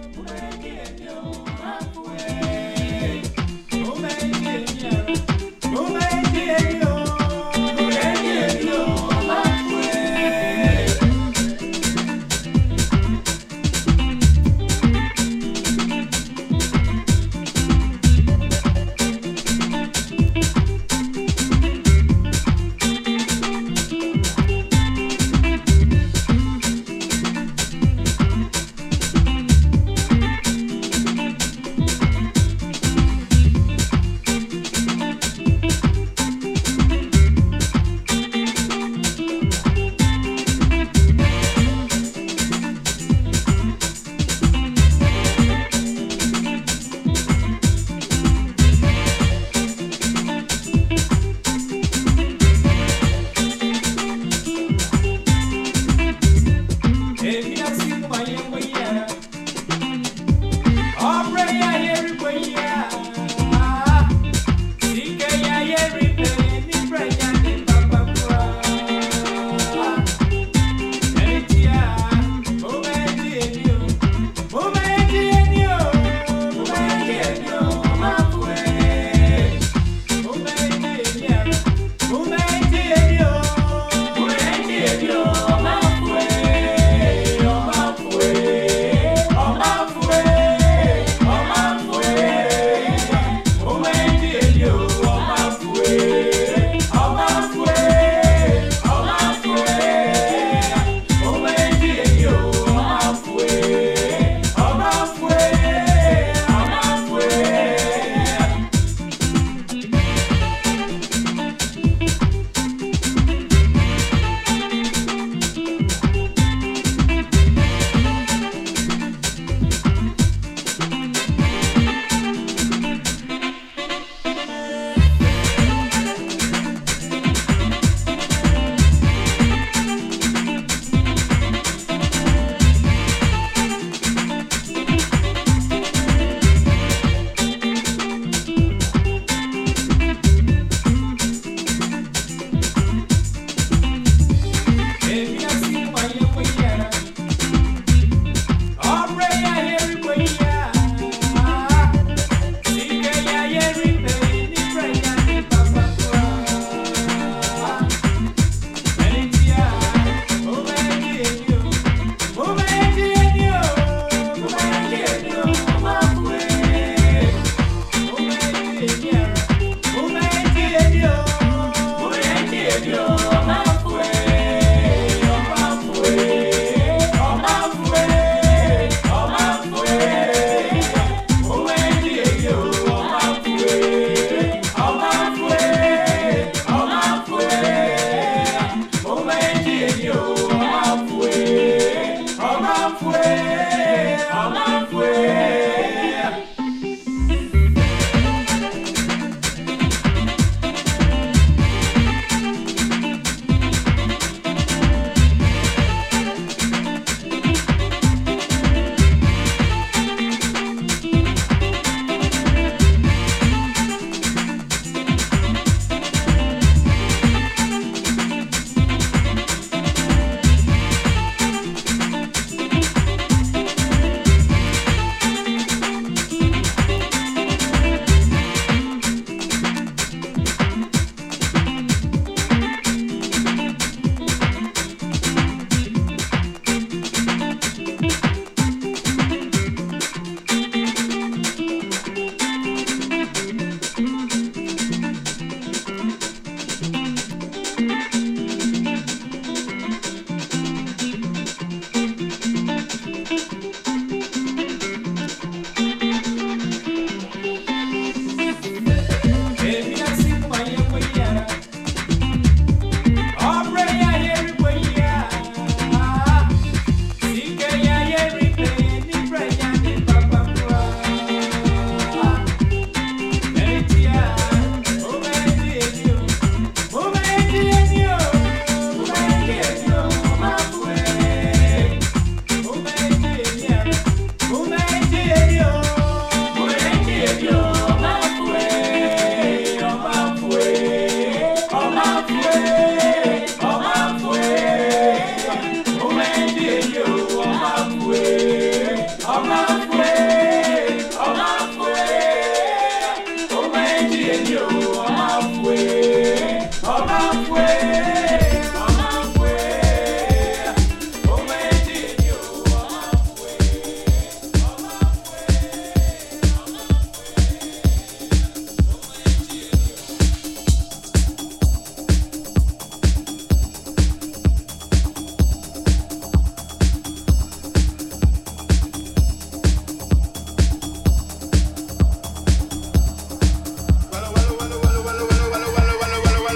We'll be right back.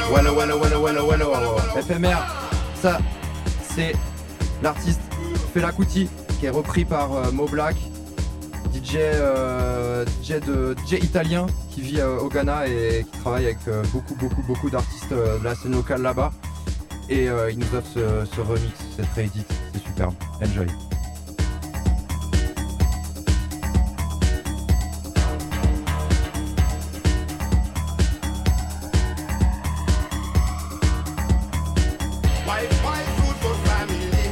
Bueno, bueno, bueno, bueno, bueno. F M R, ça, c'est l'artiste Fela Kuti qui est repris par euh, Mo Black, D J, euh, D J, de, D J italien qui vit euh, au Ghana et qui travaille avec euh, beaucoup, beaucoup, beaucoup d'artistes euh, de la scène locale là-bas. Et euh, il nous offre ce, ce remix, cette réédite, c'est superbe. Enjoy. Wife, wife, food for family.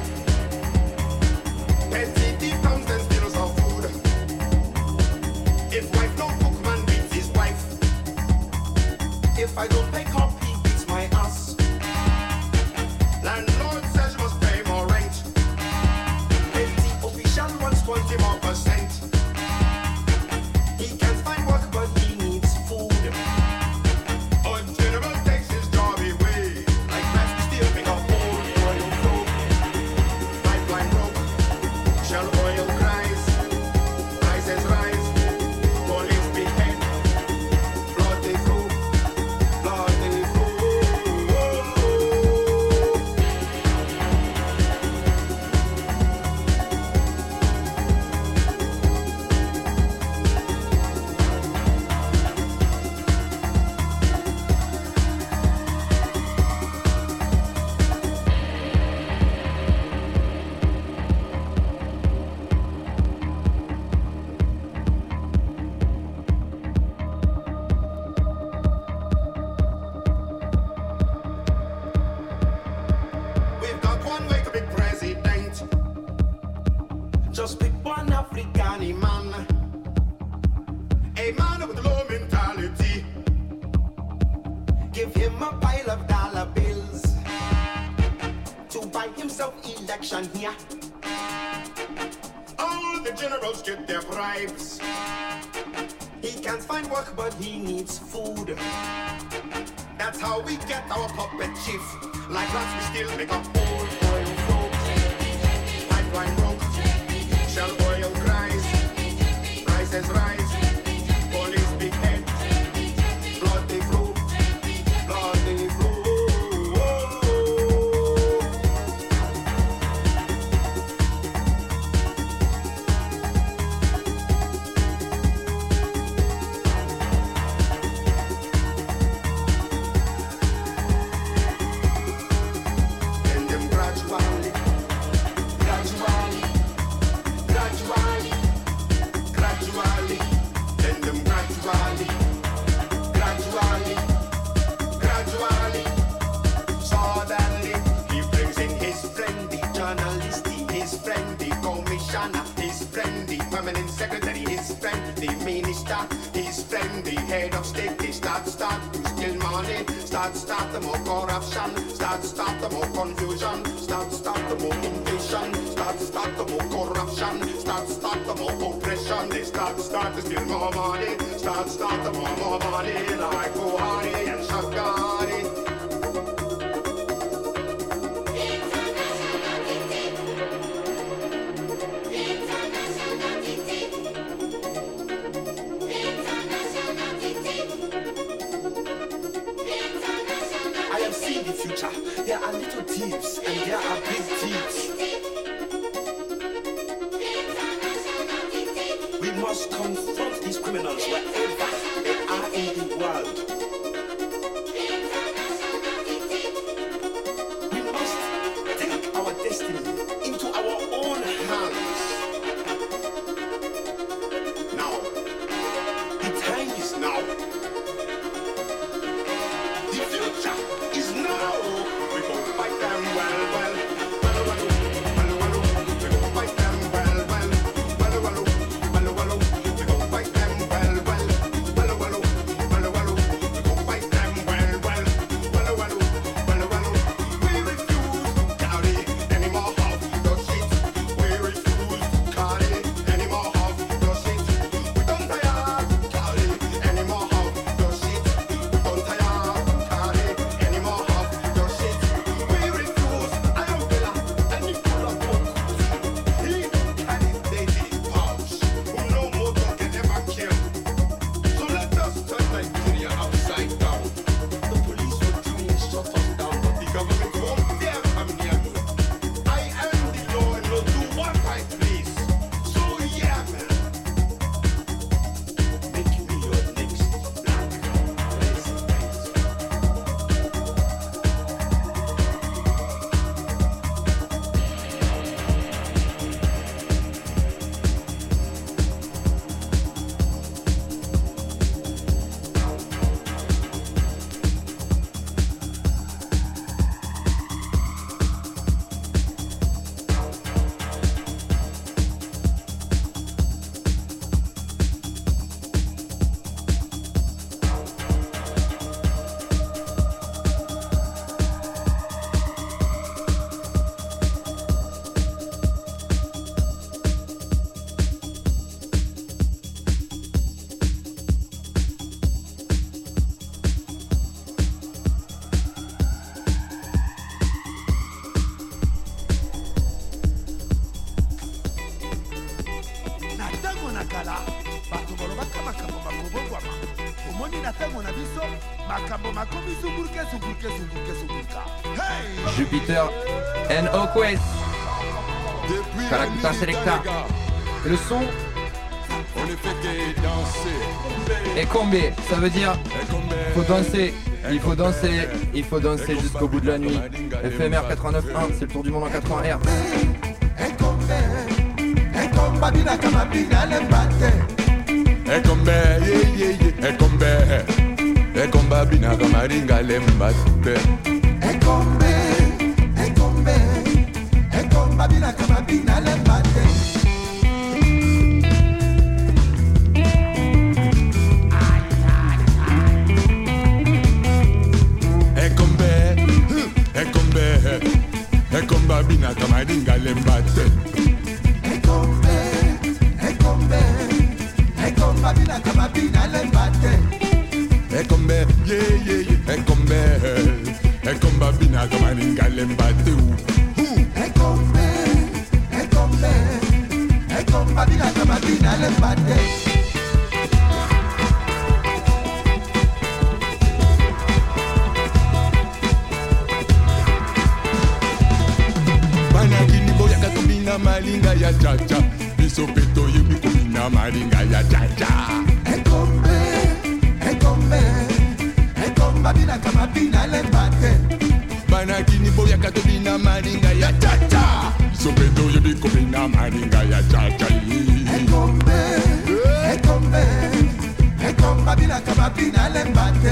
Ten city pounds and still some food. If wife no cook, man beats his wife. If I don't pay cop, he beats my ass. Landlord says she must pay more rent. Empty official wants twenty more percent. He can't find work, but he needs food. On general takes his job away. Like mass, we still pick up old oil flow. Pipeline broke, shell oil cries. Prices rise, police behead. Blood they flow, blood they flow. We've got one way to be president. Just pick one African man. A man with low mentality. Give him a pile of dollar bills to buy himself election here. All the generals get their bribes. He can't find work, but he needs food. That's how we get our puppet chief. Like rats, we still make up old oil flow. Pipeline broke, shell oil cries. Prices rise, police big head. Blood they flow, blood they flow. And them gradually, gradually, gradually, gradually, and them gradually, gradually, gradually. Suddenly, he brings in his friend, the journalist, his friend, the commissioner, his friend, the permanent secretary, his friend, the minister, his friend, the head of state. They start, start to steal money, start, start the more corruption, start, start the more confusion, start, start the more invasion, start, start the more corruption, start, start the more oppression. They start, start to steal more money, start, start the more, more money, like Buhari and Shagari. I have seen the future. There are little thieves and there are big thieves. We must confront these criminals wherever they are in the world. We must take our destiny into our own hands. Now, the time is now. The future is now. We go fight them well, well. Well, well, well, well, we go fight them well, well. Well, well, well, well, we go fight them well, well. Well, well, well, well, Jupiter and Oquest. Kalakuta Selecta. Et le son On ne fait que danser. est combé, ça veut dire faut danser, il faut danser, il faut danser jusqu'au bout de la nuit. F M R quatre-vingt-neuf point un, c'est le tour du monde en quatre-vingts hertz. Ekombe, yeah, yeah, yeah. Ekombe, ekomba bina kamaringa lembate. Ekombe, ekombe, ekomba bina kamabina lembate. Ekombe, ekombe, ekomba bina kamaringa lembate. Ekombe, ekombe, ekomba bina kamabina lembate. Ekombe, yeah, yeah, yeah. Ekombe, ekomba bina kamaringa lembate. Ekombe, ekombe, ekomba bina kamabina lembate. Banakini boya katubina malinga ya chacha. Biso peto yebi kubina malinga ya chacha. Ekombe, ekombe, ekomba bina kamabina lembate. Banakini boya katubina malinga ya chacha. Biso peto yebi kubina malinga ya chacha. Ekombe, ekombe, ekomba bina kamabina lembate.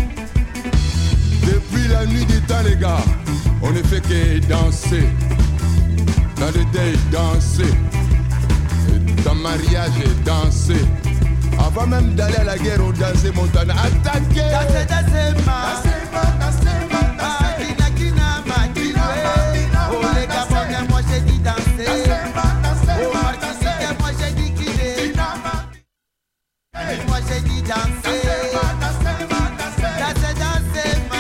Depuis la nuit des temps les gars, on ne fait que danser. Dans le deuil danser. Dans le mariage danser. Avant même d'aller à la guerre, on dansait Montana. Attaquer. Danser, danser, ma. Danser, ma, danser, ma, danser. Kina, kina, ma, kina, ma. Oh les gars, bon, bien, moi j'ai dit danser. Danser, ma, danser, ma, danser. Moi j'ai dit killer. Kina, ma. Moi j'ai dit danser. Danser, ma, danser, ma, danser. Danser, danser, ma.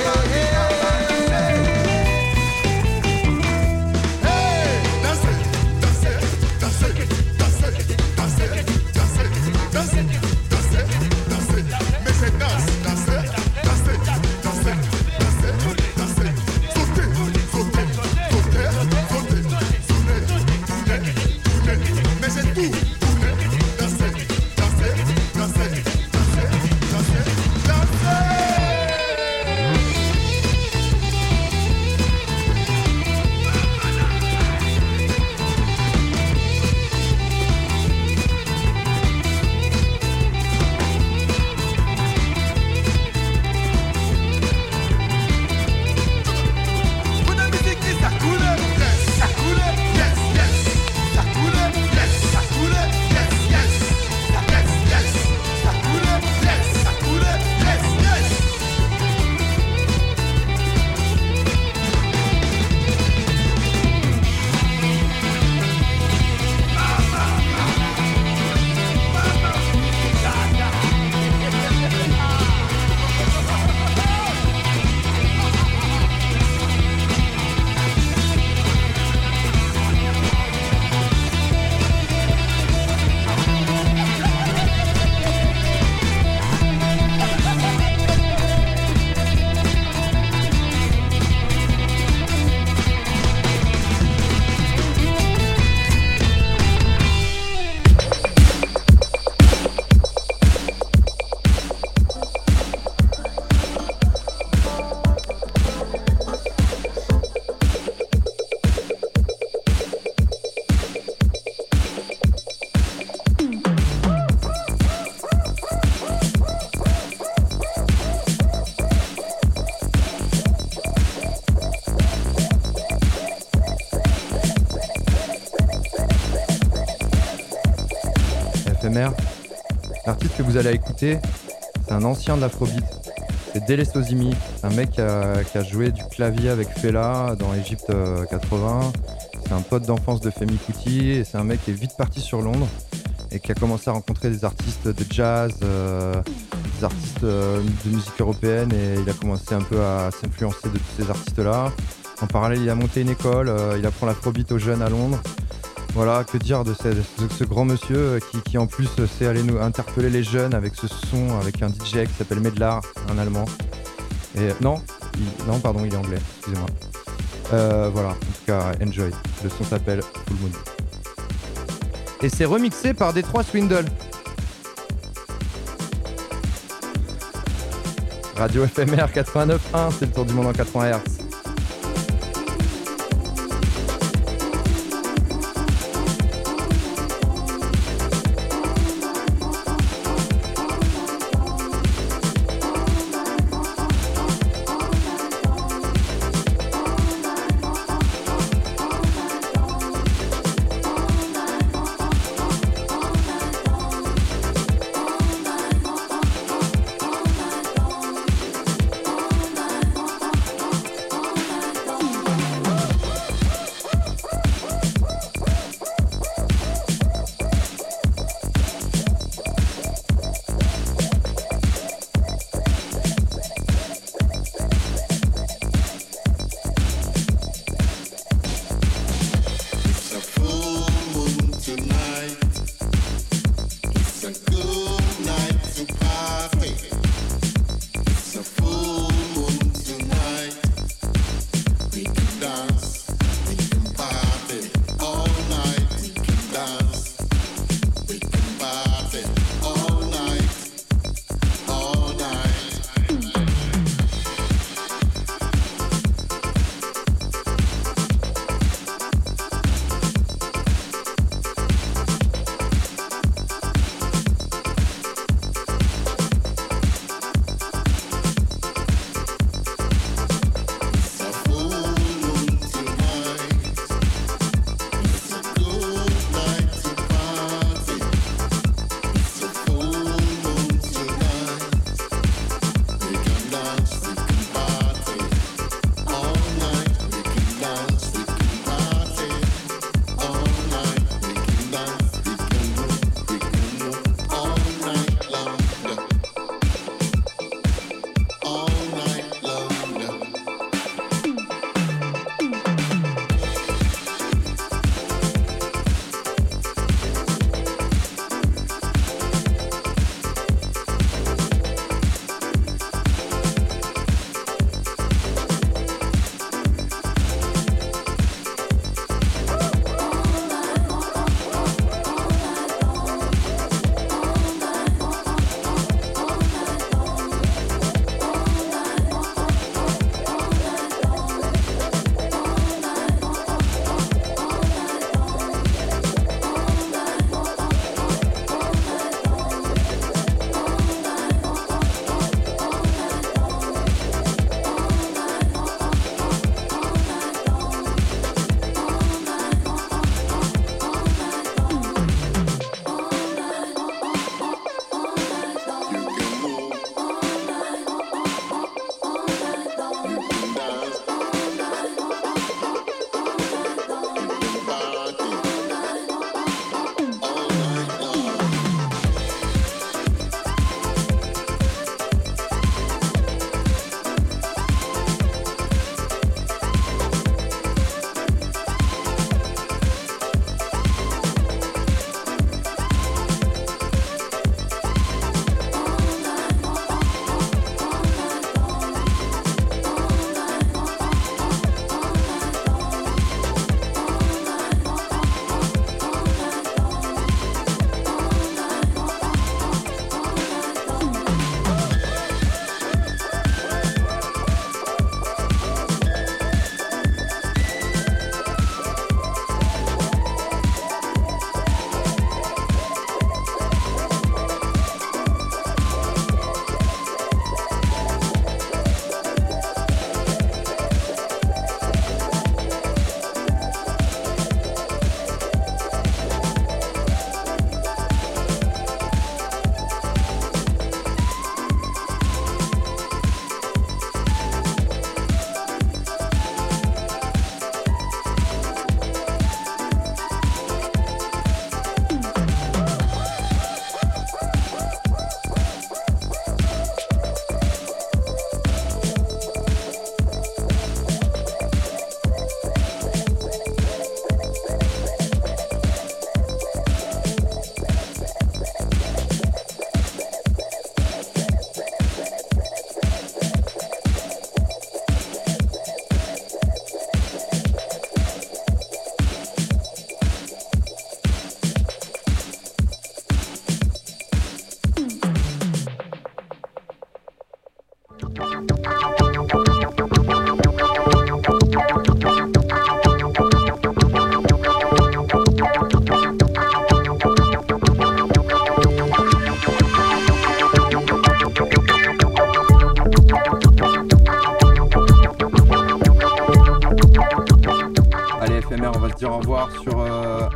L'artiste que vous allez écouter, c'est un ancien de l'afrobeat. C'est Dele Sozimi, c'est un mec qui a, qui a joué du clavier avec Fela dans Egypte quatre-vingts. C'est un pote d'enfance de Femi Kuti et c'est un mec qui est vite parti sur Londres et qui a commencé à rencontrer des artistes de jazz, euh, des artistes euh, de musique européenne et il a commencé un peu à s'influencer de tous ces artistes-là. En parallèle, il a monté une école, euh, il apprend l'afrobeat aux jeunes à Londres. Voilà, que dire de ce, de ce grand monsieur qui, qui en plus sait aller nous interpeller les jeunes avec ce son, avec un D J qui s'appelle Medlar, un allemand. Et non, il, non pardon, il est anglais, excusez-moi. Euh, voilà, en tout cas, enjoy. Le son s'appelle Full Moon. Et c'est remixé par Détroit Swindle. Radio F M R quatre-vingt-neuf point un, c'est le tour du monde en quatre-vingts hertz.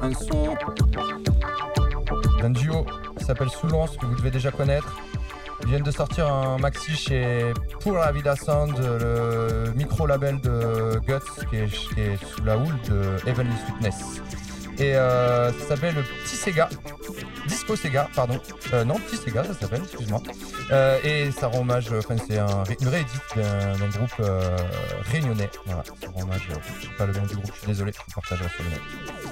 un son d'un duo qui s'appelle Soulance, que vous devez déjà connaître. Ils viennent de sortir un maxi chez Pura La Vida Sound, le micro-label de Guts, qui est, qui est sous la houle de Heavenly Sweetness. Et euh, ça s'appelle le Petit Sega, Disco Sega, pardon. Euh, non, Petit Sega, ça s'appelle, excuse-moi. Euh, et ça rend hommage, enfin c'est un, une réédite d'un, d'un groupe euh, réunionnais. Voilà, ça rend hommage, euh, je sais pas le nom du groupe, je suis désolé, je vous partagerai sur le net.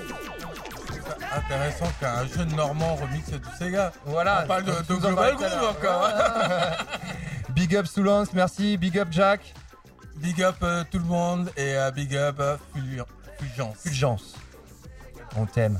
Intéressant qu'un jeune normand remixe du Sega. Voilà. On parle de, de Global Groove encore. Big up Soulance, merci. Big up Jack. Big up euh, tout le monde et euh, big up euh, Fulgence. Fulgence. On t'aime.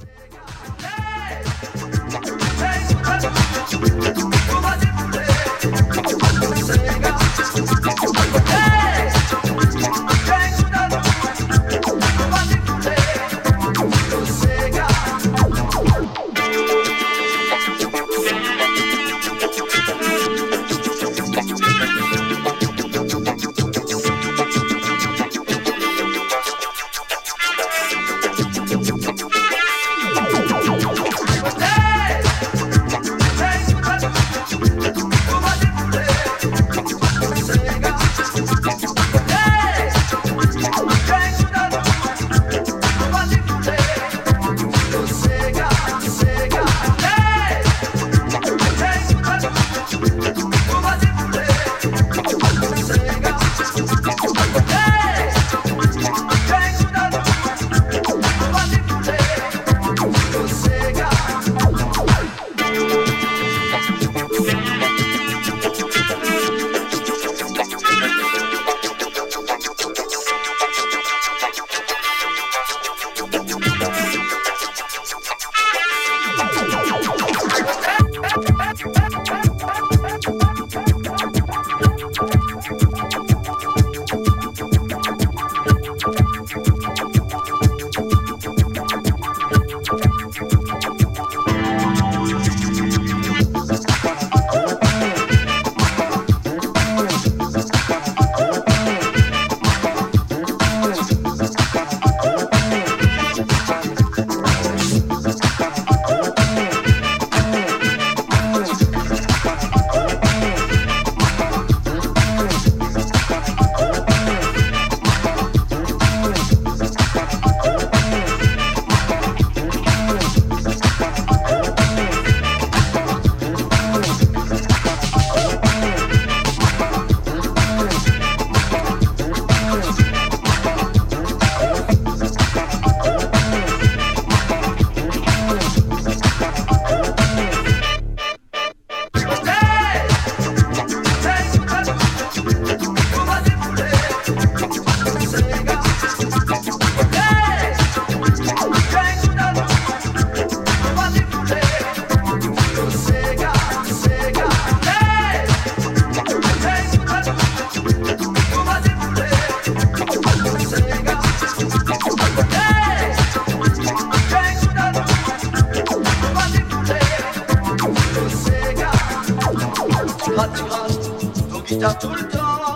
Tout le temps